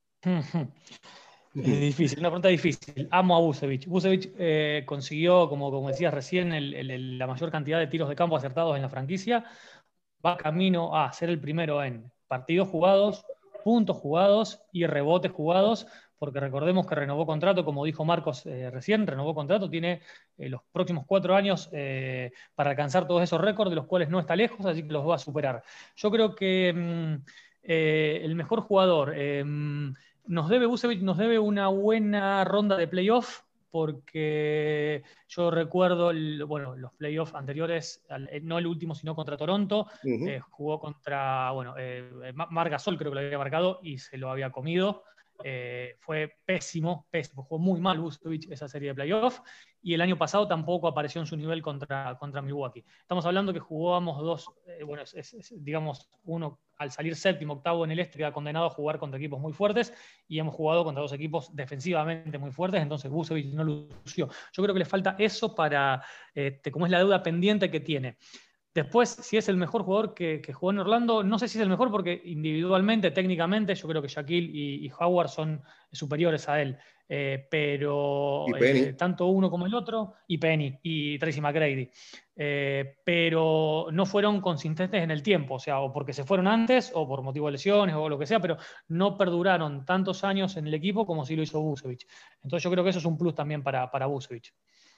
Es difícil, una pregunta difícil. Amo a Vucevic. Vucevic eh, consiguió, como, como decías recién, el, el, la mayor cantidad de tiros de campo acertados en la franquicia. Va camino a ser el primero en partidos jugados, puntos jugados y rebotes jugados, porque recordemos que renovó contrato, como dijo Marcos eh, recién, renovó contrato, tiene eh, los próximos cuatro años eh, para alcanzar todos esos récords, de los cuales no está lejos, así que los va a superar. Yo creo que mm, eh, el mejor jugador... Eh, Nos debe, Vucevic nos debe una buena ronda de playoff, porque yo recuerdo el, bueno, los playoffs anteriores, no el último, sino contra Toronto, uh-huh. eh, jugó contra, bueno, eh, Marc Gasol creo que lo había marcado y se lo había comido. Eh, fue pésimo, pésimo, jugó muy mal Vucevic esa serie de playoffs, y el año pasado tampoco apareció en su nivel contra, contra Milwaukee. Estamos hablando que jugábamos dos, eh, bueno, es, es, digamos, uno al salir séptimo, octavo en el este, queda condenado a jugar contra equipos muy fuertes, y hemos jugado contra dos equipos defensivamente muy fuertes, entonces Vucevic no lució. Yo creo que le falta eso para, este, como es la deuda pendiente que tiene. Después, si es el mejor jugador que, que jugó en Orlando, no sé si es el mejor porque individualmente, técnicamente, yo creo que Shaquille y, y Howard son superiores a él. Eh, pero eh, tanto uno como el otro, y Penny y Tracy McGrady, eh, pero no fueron consistentes en el tiempo, o sea, o porque se fueron antes, o por motivo de lesiones, o lo que sea, pero no perduraron tantos años en el equipo como sí lo hizo Vucevic. Entonces yo creo que eso es un plus también para, para Vucevic.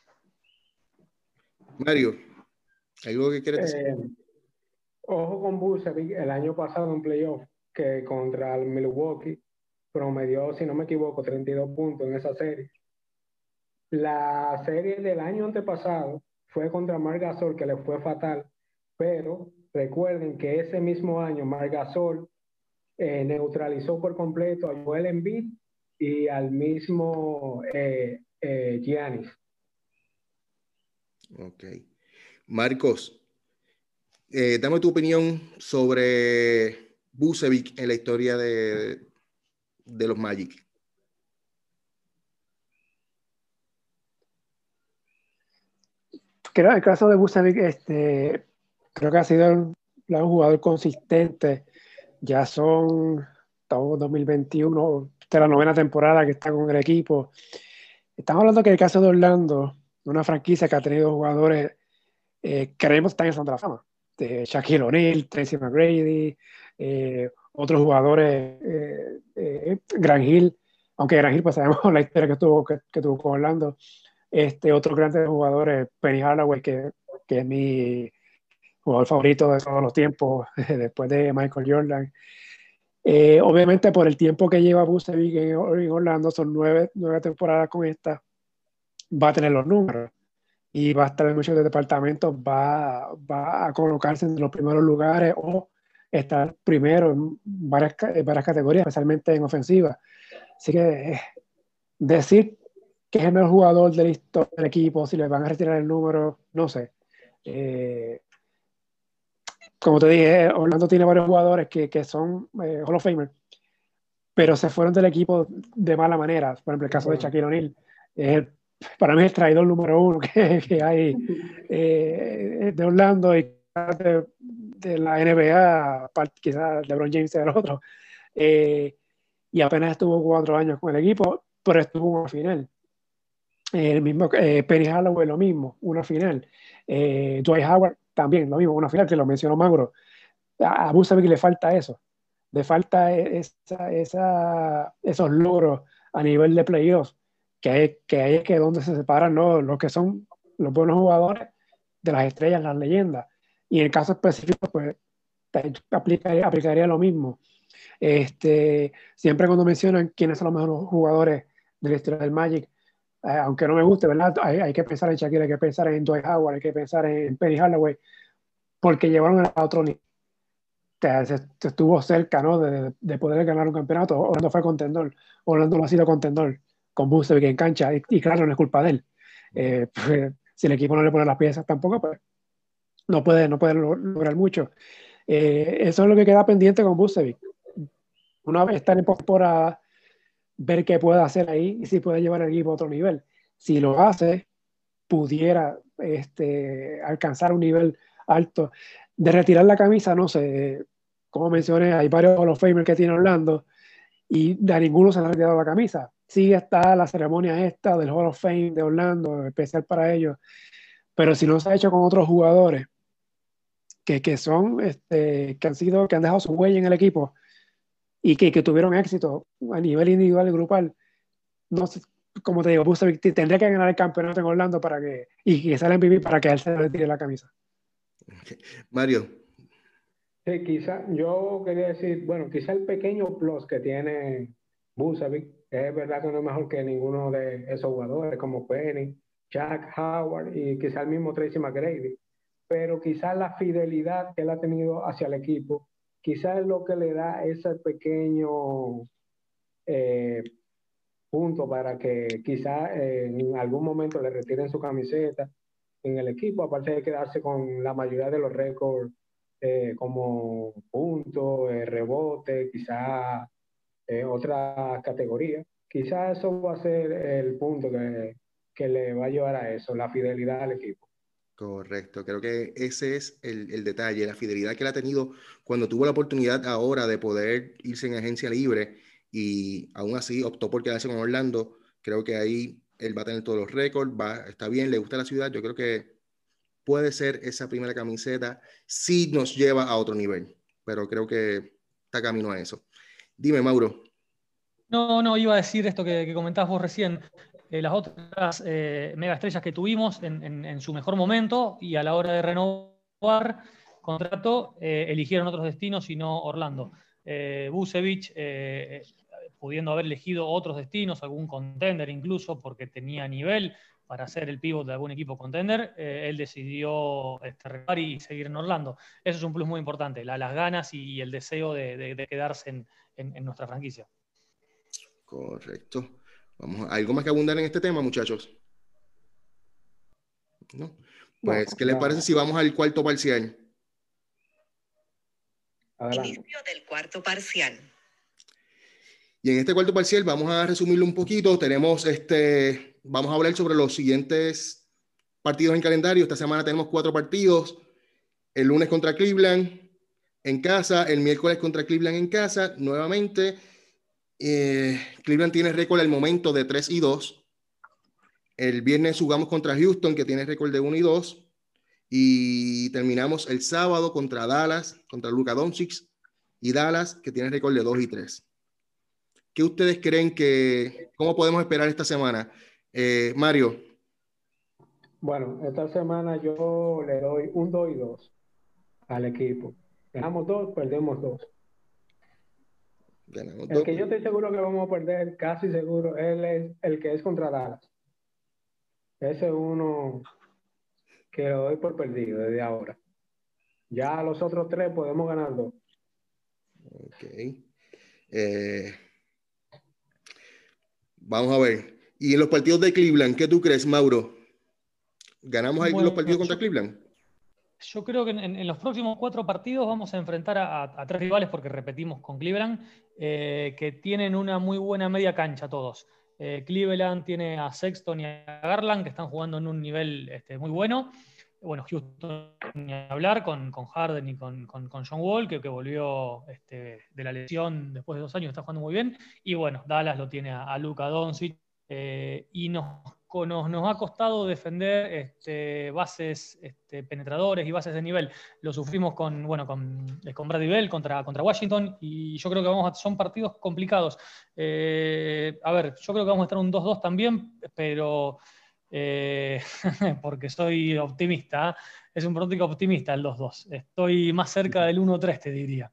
Mario, ¿algo que quieres decir? Eh, ojo con Vucevic, el año pasado en playoff, que contra el Milwaukee promedió, si no me equivoco, treinta y dos puntos en esa serie. La serie del año antepasado fue contra Marc Gasol, que le fue fatal, pero recuerden que ese mismo año Marc Gasol eh, neutralizó por completo a Joel Embiid y al mismo eh, eh, Giannis. Ok. Marcos, eh, dame tu opinión sobre Vucevic en la historia de, de los Magic. Creo que el caso de Vucevic, este, creo que ha sido un, un jugador consistente. Ya son, estamos en dos mil veintiuno, esta es la novena temporada que está con el equipo. Estamos hablando que el caso de Orlando, una franquicia que ha tenido jugadores eh, creemos que están en Salón de la Fama. De Shaquille O'Neal, Tracy McGrady, eh, otros jugadores, eh, eh, Grant Hill, aunque Grant Hill, pues sabemos la historia que tuvo, que, que tuvo con Orlando. Este, otros grandes jugadores, Penny Hardaway, que, que es mi jugador favorito de todos los tiempos, después de Michael Jordan. Eh, obviamente, por el tiempo que lleva Vucevic en, en Orlando, son nueve, nueve temporadas con esta, va a tener los números y va a estar en muchos departamentos, va, va a colocarse en los primeros lugares o estar primero en varias, en varias categorías, especialmente en ofensiva. Así que eh, decir que es el mejor jugador de la historia del equipo, si le van a retirar el número, no sé. Eh, como te dije, Orlando tiene varios jugadores que, que son eh, Hall of Famer, pero se fueron del equipo de mala manera. Por ejemplo, el caso de Shaquille O'Neal. Eh, para mí es el traidor número uno que, que hay eh, de Orlando y de, de la N B A, quizás LeBron James sea el otro. Eh, y apenas estuvo cuatro años con el equipo, pero estuvo en una final. Eh, el mismo eh, Penny Hardaway, lo mismo, una final. Eh, Dwight Howard también, lo mismo, una final que lo mencionó Mauro. A, a Vucevic le falta eso, le falta esa, esa, esos logros a nivel de playoffs, que hay que, hay que donde se separan, ¿no?, los que son los buenos jugadores de las estrellas, las leyendas. Y en el caso específico, pues aplicaría, aplicaría lo mismo. Este, siempre cuando mencionan quiénes son los mejores jugadores de la historia del Magic, eh, aunque no me guste, ¿verdad? Hay, hay que pensar en Shaquille, hay que pensar en Dwight Howard, hay que pensar en Penny Hardaway, porque llevaron a otro nivel. Se, se estuvo cerca, ¿no?, de, de poder ganar un campeonato. Orlando fue contendor, Orlando no ha sido contendor con Vucevic en cancha, y, y claro, no es culpa de él. Eh, pues, si el equipo no le pone las piezas tampoco, pues no puede, no puede lograr mucho. Eh, eso es lo que queda pendiente con Vucevic. Una vez estar en postemporada, ver qué puede hacer ahí y si puede llevar el equipo a otro nivel. Si lo hace, pudiera este, alcanzar un nivel alto. De retirar la camisa, no sé, como mencioné, hay varios Hall of Famer que tiene Orlando y de ninguno se le ha retirado la camisa. Sí está la ceremonia esta del Hall of Fame de Orlando, especial para ellos, pero si no se ha hecho con otros jugadores que, que son, este, que han sido, que han dejado su huella en el equipo y que, que tuvieron éxito a nivel individual y grupal, no sé, como te digo, Vucevic tendría que ganar el campeonato en Orlando para que, y que salga en M V P para que él se retire la camisa. Okay. Mario. Sí, quizá, yo quería decir, bueno, quizá el pequeño plus que tiene Vucevic, es verdad que no es mejor que ninguno de esos jugadores como Penny, Jack Howard y quizá el mismo Tracy McGrady, pero quizá la fidelidad que él ha tenido hacia el equipo, quizá es lo que le da ese pequeño eh, punto para que quizá eh, en algún momento le retiren su camiseta en el equipo, aparte de quedarse con la mayoría de los récords eh, como puntos, eh, rebote, quizá eh, otra categoría. Quizá eso va a ser el punto que, que le va a llevar a eso, la fidelidad al equipo. Correcto, creo que ese es el, el detalle, la fidelidad que él ha tenido cuando tuvo la oportunidad ahora de poder irse en agencia libre y aún así optó por quedarse con Orlando. Creo que ahí él va a tener todos los récords, va, está bien, le gusta la ciudad. Yo creo que puede ser esa primera camiseta si nos lleva a otro nivel, pero creo que está camino a eso. Dime, Mauro. No, no, iba a decir esto que, que comentabas vos recién. Eh, las otras eh, mega estrellas que tuvimos en, en, en su mejor momento y a la hora de renovar contrato, eh, eligieron otros destinos y no Orlando. Eh, Vucevic, eh, pudiendo haber elegido otros destinos, algún contender incluso, porque tenía nivel para ser el pívot de algún equipo contender, eh, él decidió este, renovar y seguir en Orlando. Eso es un plus muy importante, la, las ganas y el deseo de, de, de quedarse en, en, en nuestra franquicia. Correcto. Vamos, ¿algo más que abundar en este tema, muchachos? ¿No? Pues, Bueno, ¿qué les ya. parece si vamos al cuarto parcial? Adelante. Inicio del cuarto parcial. Y en este cuarto parcial vamos a resumirlo un poquito. Tenemos este, vamos a hablar sobre los siguientes partidos en calendario. Esta semana tenemos cuatro partidos. El lunes contra Cleveland en casa, el miércoles contra Cleveland en casa, nuevamente. Eh, Cleveland tiene récord al momento de tres y dos. El viernes jugamos contra Houston, que tiene récord de uno y dos. Y terminamos el sábado contra Dallas, contra Luka Doncic y Dallas, que tiene récord de dos y tres. ¿Qué ustedes creen que, cómo podemos esperar esta semana? Eh, Mario. Bueno, esta semana yo le doy un dos y dos al equipo. Ganamos dos, perdemos dos. Ganamos El dos. que yo estoy seguro que vamos a perder, casi seguro, él es el que es contra Dallas. Ese es uno que lo doy por perdido desde ahora. Ya los otros tres podemos ganar dos. Ok. Eh, vamos a ver. Y en los partidos de Cleveland, ¿qué tú crees, Mauro? ¿Ganamos ahí Bueno, los partidos contra yo, Cleveland? Yo creo que en, en los próximos cuatro partidos vamos a enfrentar a, a, a tres rivales, porque repetimos con Cleveland, eh, que tienen una muy buena media cancha todos. Eh, Cleveland tiene a Sexton y a Garland, que están jugando en un nivel este, muy bueno. Bueno, Houston ni hablar con, con Harden y con, con, con John Wall, que, que volvió este, de la lesión después de dos años, está jugando muy bien. Y bueno, Dallas lo tiene a, a Luka Doncic. Eh, y nos, nos, nos ha costado defender este, bases este, penetradores y bases de nivel. Lo sufrimos con, bueno, con, con Bradley Bell contra, contra Washington, y yo creo que vamos a, son partidos complicados. Eh, a ver, yo creo que vamos a estar un dos dos también, pero eh, porque soy optimista, ¿eh? Es un pronóstico optimista el dos dos. Estoy más cerca del uno tres, te diría.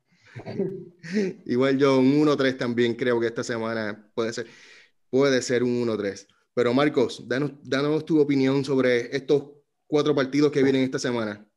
Igual yo un uno tres también creo que esta semana puede ser. Puede ser un uno tres. Pero Marcos, danos, danos tu opinión sobre estos cuatro partidos que vienen esta semana.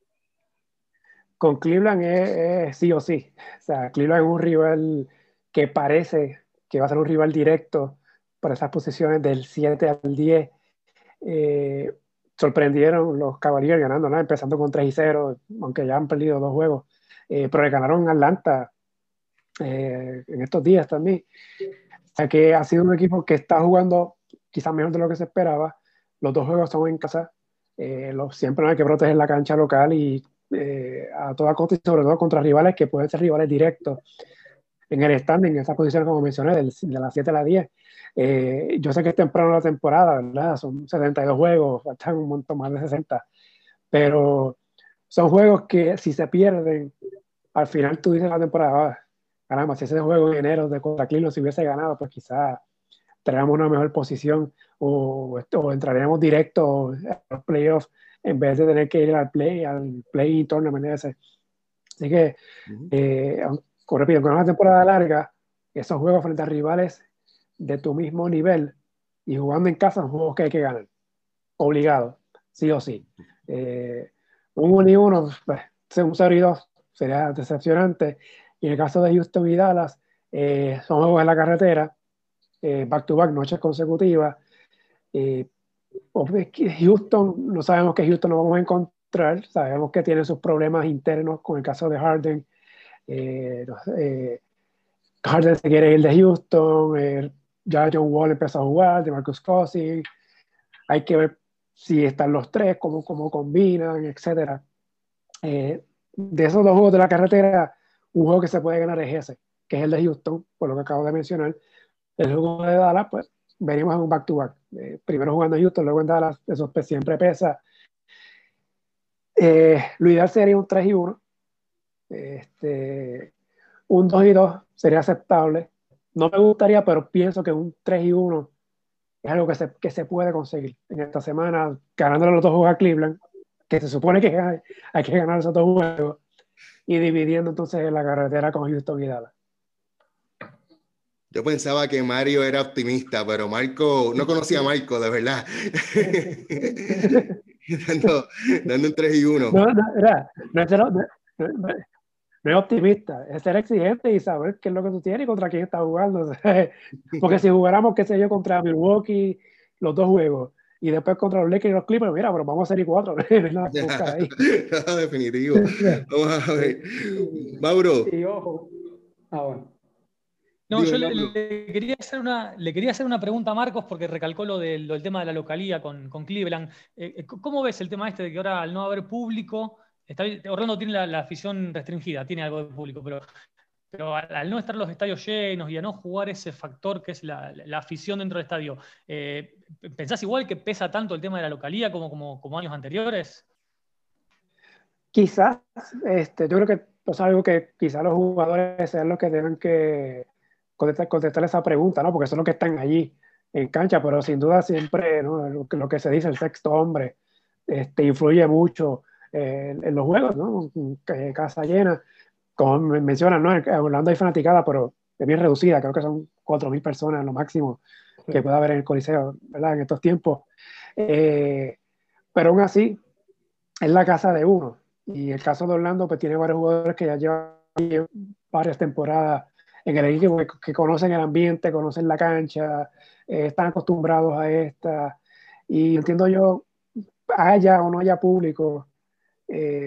Con Cleveland es, es sí o sí. O sea, Cleveland es un rival que parece que va a ser un rival directo por esas posiciones del siete al diez. Eh, sorprendieron los Cavaliers ganando, ¿no? Empezando con tres y cero, aunque ya han perdido dos juegos. Eh, pero le ganaron a Atlanta eh, en estos días también. O sea que ha sido un equipo que está jugando quizás mejor de lo que se esperaba. Los dos juegos son en casa. Eh, los, siempre no hay que proteger la cancha local y eh, a toda costa, y sobre todo contra rivales que pueden ser rivales directos en el standing, en esa posición como mencioné, del, de las siete a las diez. Eh, yo sé que es temprano la temporada, ¿verdad? Son setenta y dos juegos, faltan un montón más de sesenta, pero son juegos que si se pierden, al final tú dices la temporada, ah, caramba, si ese juego en enero de contra Cleveland se hubiese ganado, pues quizás tendríamos una mejor posición o, o entraríamos directo a los playoffs en vez de tener que ir al play, al play tournament ese. Así que, Uh-huh. eh, como repito, con una temporada larga, esos juegos frente a rivales de tu mismo nivel y jugando en casa son juegos que hay que ganar, obligado, sí o sí. Eh, un uno y uno, pues, un cero y dos sería decepcionante. Y en el caso de Houston y Dallas, eh, son juegos en la carretera, eh, back to back, noches consecutivas. Eh, Houston, no sabemos que Houston no vamos a encontrar, sabemos que tiene sus problemas internos con el caso de Harden. Eh, eh, Harden se quiere ir de Houston, eh, ya John Wall empezó a jugar, de Marcus Cousins, hay que ver si están los tres, cómo, cómo combinan, etcétera. Eh, de esos dos juegos de la carretera, un juego que se puede ganar es ese, que es el de Houston, por lo que acabo de mencionar. El juego de Dallas, pues venimos en un back-to-back. Eh, primero jugando en Houston, luego en Dallas, eso pues, siempre pesa. Eh, lo ideal sería un tres y uno. Este, un dos y dos sería aceptable. No me gustaría, pero pienso que un tres y uno es algo que se, que se puede conseguir en esta semana, ganándole los dos juegos a Cleveland, que se supone que hay, hay que ganar esos dos juegos, y dividiendo entonces la carretera con Houston y Dallas. Yo pensaba que Mario era optimista, pero Marco, no conocía a Marco, de verdad. dando, dando un tres y uno. No, no, era, no, es, no, no, no, no es optimista, es ser exigente y saber qué es lo que tú tienes y contra quién estás jugando. Porque si jugáramos, qué sé yo, contra Milwaukee, los dos juegos, y después contra los Lakers y los Clippers, mira, pero vamos a serie cuatro. No hay nada que buscar ahí. No, definitivo. Vamos a ver. Mauro. Y ojo. Ah, bueno. No, yo le, le, quería hacer una, le quería hacer una pregunta a Marcos, porque recalcó lo del, lo del tema de la localía con, con Cleveland. Eh, ¿Cómo ves el tema este de que ahora, al no haber público, está, Orlando tiene la, la afición restringida, tiene algo de público, pero, pero al, al no estar los estadios llenos y a no jugar ese factor que es la, la afición dentro del estadio, eh, ¿pensás igual que pesa tanto el tema de la localía como, como, como años anteriores? Quizás, este, yo creo que es algo que quizás los jugadores sean los que tengan que contestar, contestar esa pregunta, ¿no? Porque son los que están allí en cancha, pero sin duda siempre, ¿no? lo, que, lo que se dice, el sexto hombre, este, influye mucho eh, en, en los juegos, ¿no? Casa llena, como mencionan, ¿no? En Orlando hay fanaticada, pero es bien reducida, creo que son cuatro mil personas lo máximo que puede haber en el Coliseo, ¿verdad? En estos tiempos. Eh, pero aún así, es la casa de uno. Y el caso de Orlando, pues tiene varios jugadores que ya llevan varias temporadas en el equipo, que, que conocen el ambiente, conocen la cancha, eh, están acostumbrados a esta. Y entiendo yo, haya o no haya público, eh,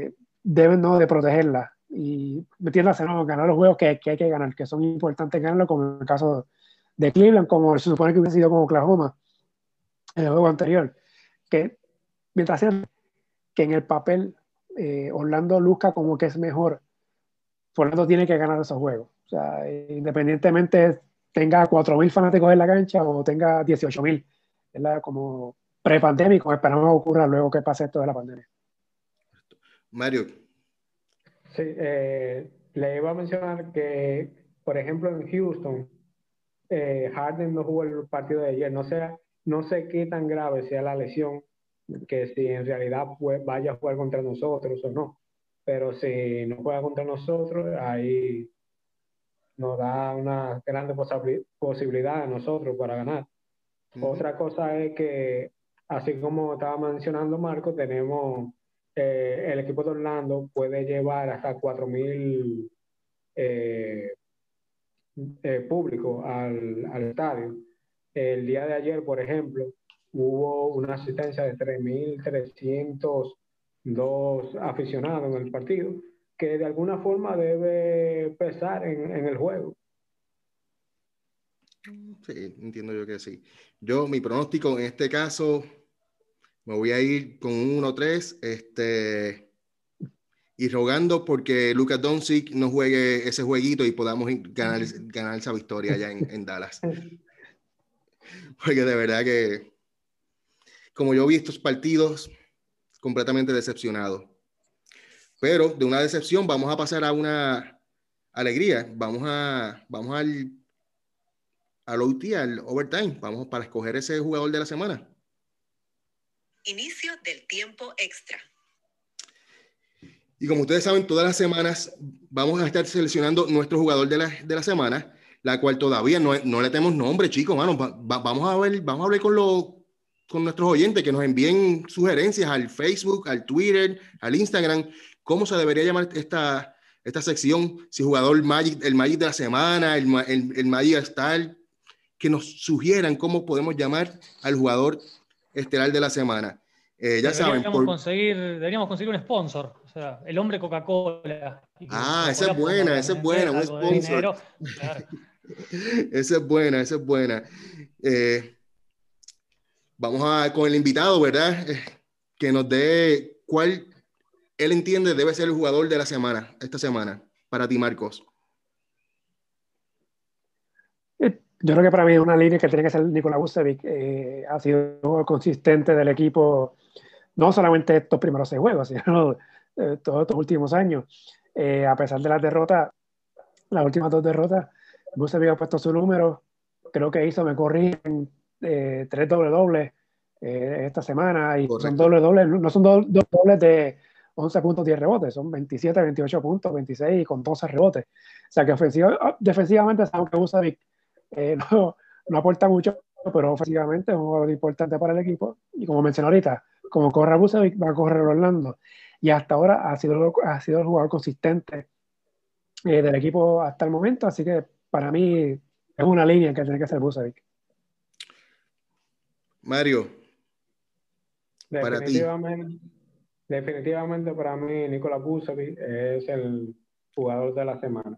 deben, ¿no?, de protegerla y metiéndose, ¿no?, ganar los juegos que, que hay que ganar, que son importantes ganarlo, como en el caso de Cleveland, como se supone que hubiese sido con Oklahoma en el juego anterior, que mientras sea que en el papel eh, Orlando luzca como que es mejor, Orlando tiene que ganar esos juegos. O sea, independientemente tenga cuatro mil fanáticos en la cancha o tenga dieciocho mil, como prepandémico, esperamos que ocurra luego que pase esto de la pandemia. Mario. Sí, eh, le iba a mencionar que, por ejemplo, en Houston, eh, Harden no jugó el partido de ayer. No sé, no sé qué tan grave sea la lesión, que si en realidad pues, vaya a jugar contra nosotros o no. Pero si no juega contra nosotros, ahí nos da una grande posibilidad a nosotros para ganar. Uh-huh. Otra cosa es que, así como estaba mencionando Marco, tenemos eh, el equipo de Orlando puede llevar hasta cuatro mil eh, eh, público al, al estadio. El día de ayer, por ejemplo, hubo una asistencia de tres mil trescientos dos aficionados en el partido, que de alguna forma debe pesar en, en el juego. Sí, entiendo yo que sí. Yo, mi pronóstico en este caso, me voy a ir con un uno tres, este, y rogando porque Luka Doncic no juegue ese jueguito y podamos ganar, ganar esa victoria allá en, en Dallas. Porque de verdad que, como yo vi estos partidos, completamente decepcionado. Pero de una decepción vamos a pasar a una alegría. Vamos a, vamos al al O T, al overtime. Vamos para escoger ese jugador de la semana. Inicio del tiempo extra. Y como ustedes saben, todas las semanas vamos a estar seleccionando nuestro jugador de la, de la semana, la cual todavía no, no le tenemos nombre, chicos, mano. Va, va, vamos a ver, vamos a hablar con, lo, con nuestros oyentes que nos envíen sugerencias al Facebook, al Twitter, al Instagram, cómo se debería llamar esta, esta sección, si jugador Magic, el Magic de la semana, el, el, el Magic Star, que nos sugieran cómo podemos llamar al jugador estelar de la semana. Eh, ya deberíamos saben. Por... Conseguir, deberíamos conseguir un sponsor, o sea, el hombre Coca-Cola. Ah, esa es buena, esa es buena, un sponsor. Claro. Esa es buena, esa es buena. Eh, vamos a con el invitado, ¿verdad? Eh, que nos dé cuál él entiende debe ser el jugador de la semana, esta semana, para ti, Marcos. Yo creo que para mí es una línea que tiene que ser Nikola Vucevic. Eh, ha sido consistente del equipo, no solamente estos primeros seis juegos, sino eh, todos estos últimos años. Eh, a pesar de las derrotas, las últimas dos derrotas, Vucevic ha puesto su número. Creo que hizo, me corrigen, eh, tres doble dobles eh, esta semana. Y correcto. Son doble dobles, no son dos do, dobles de once puntos, diez rebotes, son veintisiete, veintiocho puntos, veintiséis con doce rebotes. O sea que ofensiva, defensivamente, aunque Vucevic Eh, no, no aporta mucho, pero ofensivamente es un jugador importante para el equipo. Y como mencioné ahorita, como corre Vucevic, va a correr Orlando. Y hasta ahora ha sido, ha sido el jugador consistente eh, del equipo hasta el momento. Así que para mí es una línea que tiene que ser Vucevic. Mario, para definitivamente, ti. Definitivamente para mí Nikola Vucevic es el jugador de la semana.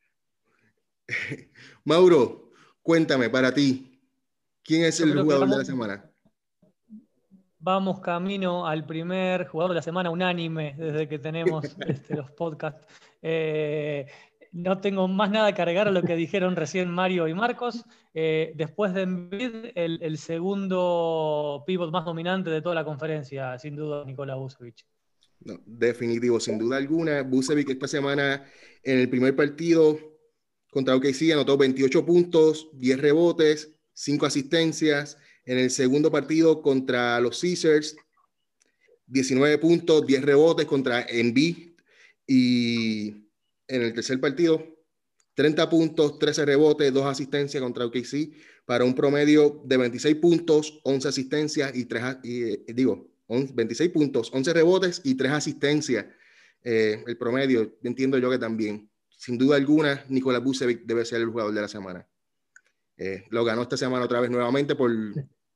Mauro, cuéntame, para ti, ¿quién es el jugador vamos, de la semana? Vamos camino al primer jugador de la semana unánime desde que tenemos este, los podcasts. Eh, no tengo más nada que agregar a lo que dijeron recién Mario y Marcos. Eh, después de Embiid, el, el segundo pivot más dominante de toda la conferencia, sin duda, Nikola Vucevic. No, definitivo, sin duda alguna. Vucevic esta semana en el primer partido contra O K C anotó veintiocho puntos, diez rebotes, cinco asistencias. En el segundo partido contra los Sixers, diecinueve puntos, diez rebotes contra Embiid. Y en el tercer partido, treinta puntos, trece rebotes, dos asistencias contra O K C para un promedio de veintiséis puntos, once asistencias y tres, y, digo, veintiséis puntos, once rebotes y tres asistencias. Eh, el promedio, entiendo yo que también. Sin duda alguna, Nikola Vucevic debe ser el jugador de la semana. Eh, lo ganó esta semana otra vez nuevamente por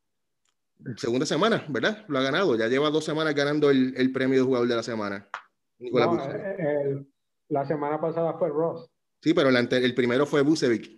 segunda semana, ¿verdad? Lo ha ganado. Ya lleva dos semanas ganando el, el premio de jugador de la semana. Nicolás No, Vucevic. eh, el- la semana pasada fue Ross. Sí, pero el, ante- el primero fue Vucevic.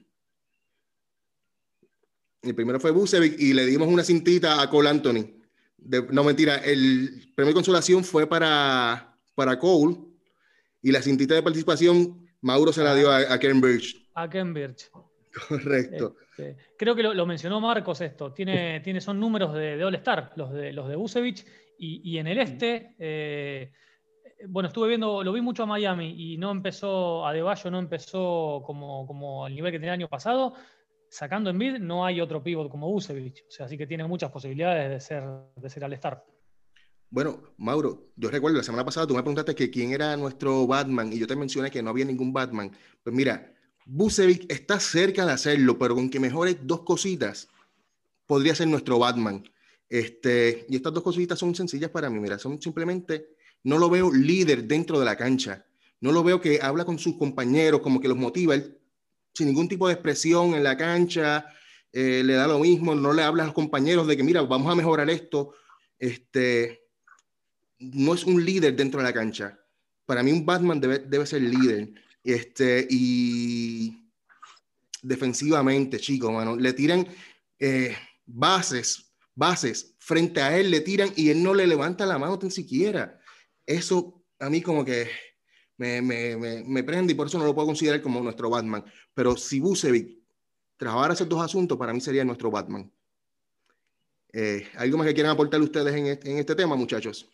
El primero fue Vucevic y le dimos una cintita a Cole Anthony. De- no, mentira, el premio de consolación fue para, para Cole y la cintita de participación Mauro se la dio a, a Karen Birch. A Ken Birch. Correcto. Este, creo que lo, lo mencionó Marcos esto. Tiene, tiene, son números de, de All-Star, los de, los de Vucevic. Y, y en el este, eh, bueno, estuve viendo, lo vi mucho a Miami y no empezó, Adebayo no empezó como, como el nivel que tenía el año pasado. Sacando Embiid, no hay otro pívot como Vucevic. O sea, así que tiene muchas posibilidades de ser, de ser All-Star. Bueno, Mauro, yo recuerdo la semana pasada tú me preguntaste que quién era nuestro Batman y yo te mencioné que no había ningún Batman. Pues mira, Vucevic está cerca de hacerlo, pero con que mejore dos cositas, podría ser nuestro Batman. Este, y estas dos cositas son sencillas para mí, mira, son simplemente, no lo veo líder dentro de la cancha, no lo veo que habla con sus compañeros, como que los motiva, él, sin ningún tipo de expresión en la cancha, eh, le da lo mismo, no le habla a los compañeros de que, mira, vamos a mejorar esto, este, no es un líder dentro de la cancha. Para mí un Batman debe, debe ser líder, este, y defensivamente, chicos, mano, le tiran eh, bases, bases frente a él, le tiran y él no le levanta la mano tan siquiera. Eso a mí como que me, me, me, me prende y por eso no lo puedo considerar como nuestro Batman. Pero si Vucevic trabajara esos dos asuntos, para mí sería nuestro Batman. Eh, ¿Algo más que quieran aportar ustedes en este, en este tema, muchachos?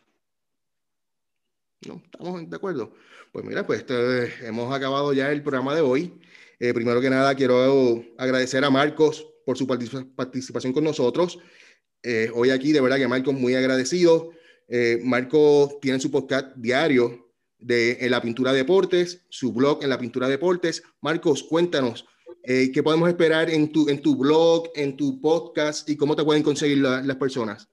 ¿No? ¿Estamos de acuerdo? Pues mira, pues este, hemos acabado ya el programa de hoy. Eh, primero que nada, quiero agradecer a Marcos por su particip participación con nosotros. Eh, hoy aquí, de verdad que Marcos muy agradecido. Eh, Marcos tiene su podcast diario de en la Pintura Deportes, su blog en la Pintura Deportes. Marcos, cuéntanos, eh, ¿qué podemos esperar en tu, en tu blog, en tu podcast y cómo te pueden conseguir la, las personas?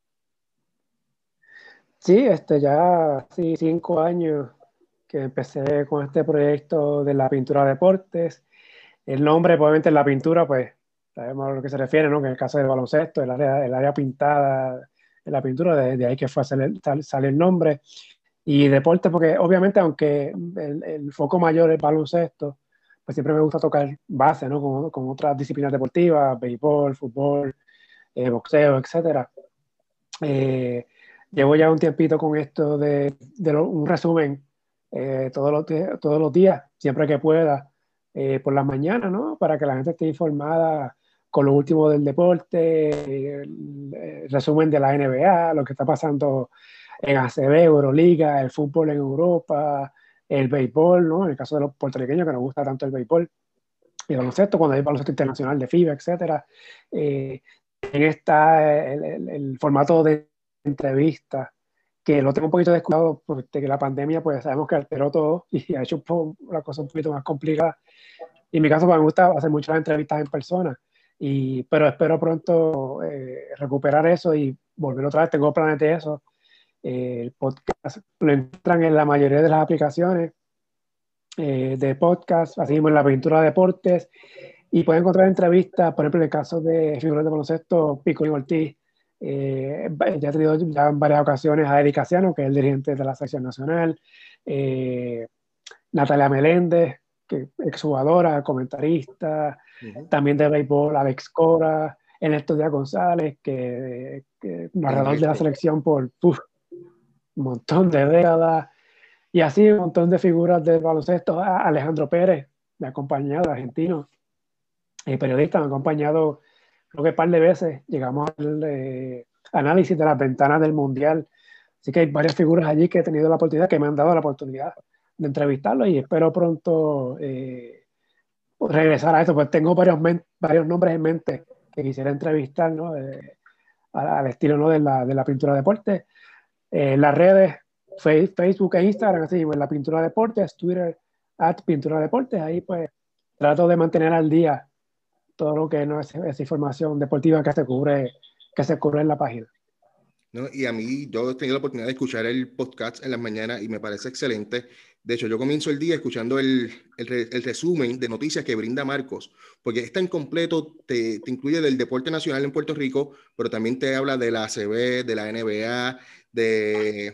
Sí, este, ya hace cinco años que empecé con este proyecto de la pintura deportes. El nombre, obviamente, la pintura, pues sabemos a lo que se refiere, ¿no? Que en el caso del baloncesto, el área, el área pintada en la pintura, de, de ahí que fue a salir, sale el nombre. Y deporte, porque obviamente, aunque el, el foco mayor es baloncesto, pues siempre me gusta tocar base, ¿no? Con, con otras disciplinas deportivas, béisbol, fútbol, eh, boxeo, etcétera. Eh, llevo ya un tiempito con esto de, de lo, un resumen eh, todos, los, todos los días, siempre que pueda, eh, por las mañanas, ¿no? Para que la gente esté informada con lo último del deporte, el, el resumen de la N B A, lo que está pasando en A C B, Euroliga, el fútbol en Europa, el béisbol, ¿no? En el caso de los puertorriqueños que nos gusta tanto el béisbol y el baloncesto, cuando hay baloncesto internacional de FIBA, etcétera. Eh, en está el, el, el formato de entrevista, que lo tengo un poquito descuidado porque la pandemia, pues sabemos que alteró todo y ha hecho un poco, la cosa un poquito más complicada. Y en mi caso, pues, me gusta hacer muchas entrevistas en persona, y, pero espero pronto eh, recuperar eso y volver otra vez. Tengo planes de eso. Eh, el podcast lo entran en la mayoría de las aplicaciones eh, de podcast, así como en la Pintura de Deportes. Y pueden encontrar entrevistas, por ejemplo, en el caso de figuras de baloncesto, Picolín Ortiz, eh, ya ha tenido ya en varias ocasiones a Eddie Casiano, que es el dirigente de la selección nacional, eh, Natalia Meléndez, que exjugadora, comentarista, uh-huh. También de béisbol, Alex Cora, Ernesto Díaz González, que, que narrador de la selección por uf, un montón de décadas, y así un montón de figuras del baloncesto. Alejandro Pérez, me ha acompañado, argentino, eh, periodista, me ha acompañado creo que un par de veces. Llegamos al eh, análisis de las ventanas del Mundial, así que hay varias figuras allí que he tenido la oportunidad, que me han dado la oportunidad de entrevistarlos, y espero pronto eh, regresar a eso, pues tengo varios, varios nombres en mente que quisiera entrevistar, ¿no? Eh, al, al estilo, ¿no? de, la, de la Pintura Deportes. Eh, las redes Facebook e Instagram, así, pues, la Pintura Deportes, Twitter, at Pintura Deportes, ahí pues trato de mantener al día todo lo que no es esa información deportiva que se cubre, que se cubre en la página. ¿No? Y a mí, yo he tenido la oportunidad de escuchar el podcast en las mañanas y me parece excelente. De hecho, yo comienzo el día escuchando el, el, el resumen de noticias que brinda Marcos, porque es tan completo, te, te incluye del deporte nacional en Puerto Rico, pero también te habla de la A C B, de la N B A, de,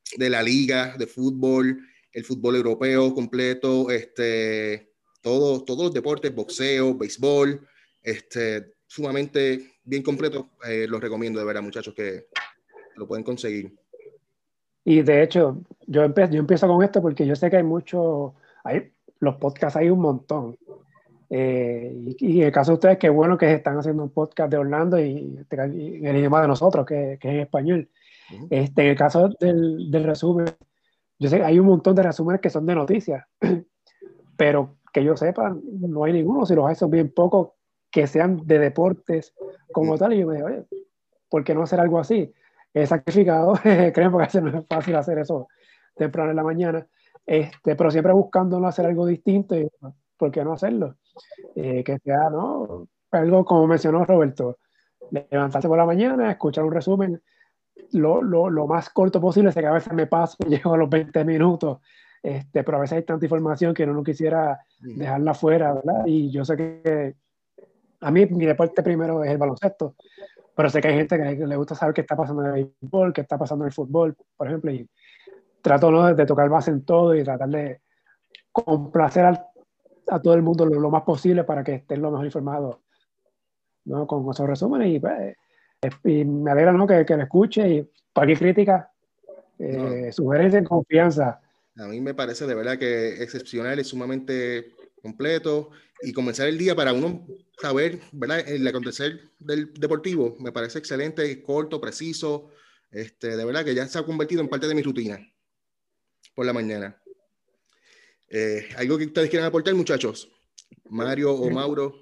de la liga de fútbol, el fútbol europeo completo, este, todo, todos los deportes, boxeo, béisbol, este, sumamente bien completo. Eh, los recomiendo de verdad, muchachos, que lo pueden conseguir. Y de hecho, yo, empe yo empiezo con esto porque yo sé que hay muchos, hay, los podcasts hay un montón. Eh, y, y en el caso de ustedes, qué bueno que están haciendo un podcast de Orlando y, y en el idioma de nosotros, que, que es en español. Uh-huh. Este, en el caso del, del resumen, yo sé que hay un montón de resúmenes que son de noticias, pero que yo sepa, no hay ninguno, si los hay son bien pocos que sean de deportes como Uh-huh. tal. Y yo me digo, oye, ¿por qué no hacer algo así? He sacrificado, creo, porque a veces no es fácil hacer eso temprano en la mañana, este, pero siempre buscando no hacer algo distinto y ¿por qué no hacerlo? Eh, que sea, ¿no? Algo como mencionó Roberto, levantarse por la mañana, escuchar un resumen lo, lo, lo más corto posible, sé que a veces me paso y llego a los veinte minutos, este, pero a veces hay tanta información que uno no quisiera dejarla fuera, ¿verdad? Y yo sé que a mí mi deporte primero es el baloncesto, pero sé que hay gente que le gusta saber qué está pasando en el béisbol, qué está pasando en el fútbol, por ejemplo, y trato, ¿no?, de tocar base en todo y tratar de complacer al, a todo el mundo lo, lo más posible para que estén lo mejor informados, ¿no?, con esos resúmenes. Y, pues, y me alegra, ¿no?, que, que lo escuche, y cualquier crítica, eh, No, sugerencia en confianza. a mí me parece de verdad que excepcional, es sumamente completo, y comenzar el día para uno saber, ¿verdad?, el acontecer del deportivo me parece excelente, corto, preciso, este, de verdad que ya se ha convertido en parte de mi rutina por la mañana. Eh, ¿algo que ustedes quieran aportar, muchachos? Mario o Mauro.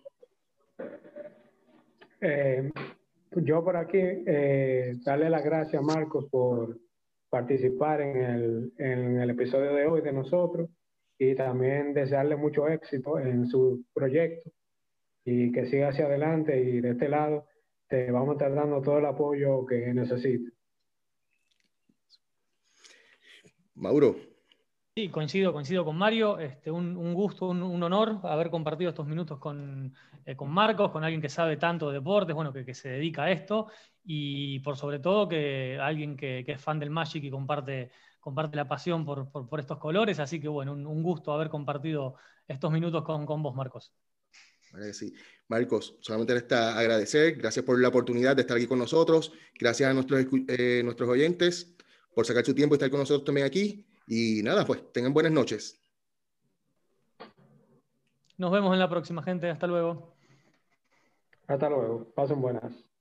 Eh, yo por aquí, eh, darle las gracias a Marcos por participar en el, en el episodio de hoy de nosotros, y también desearle mucho éxito en su proyecto y que siga hacia adelante, y de este lado te vamos a estar dando todo el apoyo que necesites. Mauro. Sí, coincido, coincido con Mario. Este, un, un gusto, un, un honor haber compartido estos minutos con, eh, con Marcos, con alguien que sabe tanto de deportes, bueno, que, que se dedica a esto, y por sobre todo que alguien que, que es fan del Magic y comparte, comparte la pasión por, por, por estos colores. Así que bueno, un, un gusto haber compartido estos minutos con, con vos, Marcos. Vale, sí. Marcos, solamente les está agradecer, gracias por la oportunidad de estar aquí con nosotros, gracias a nuestros, eh, nuestros oyentes por sacar su tiempo y estar con nosotros también aquí, y nada, pues tengan buenas noches. Nos vemos en la próxima, gente. Hasta luego. Hasta luego. Pasen buenas.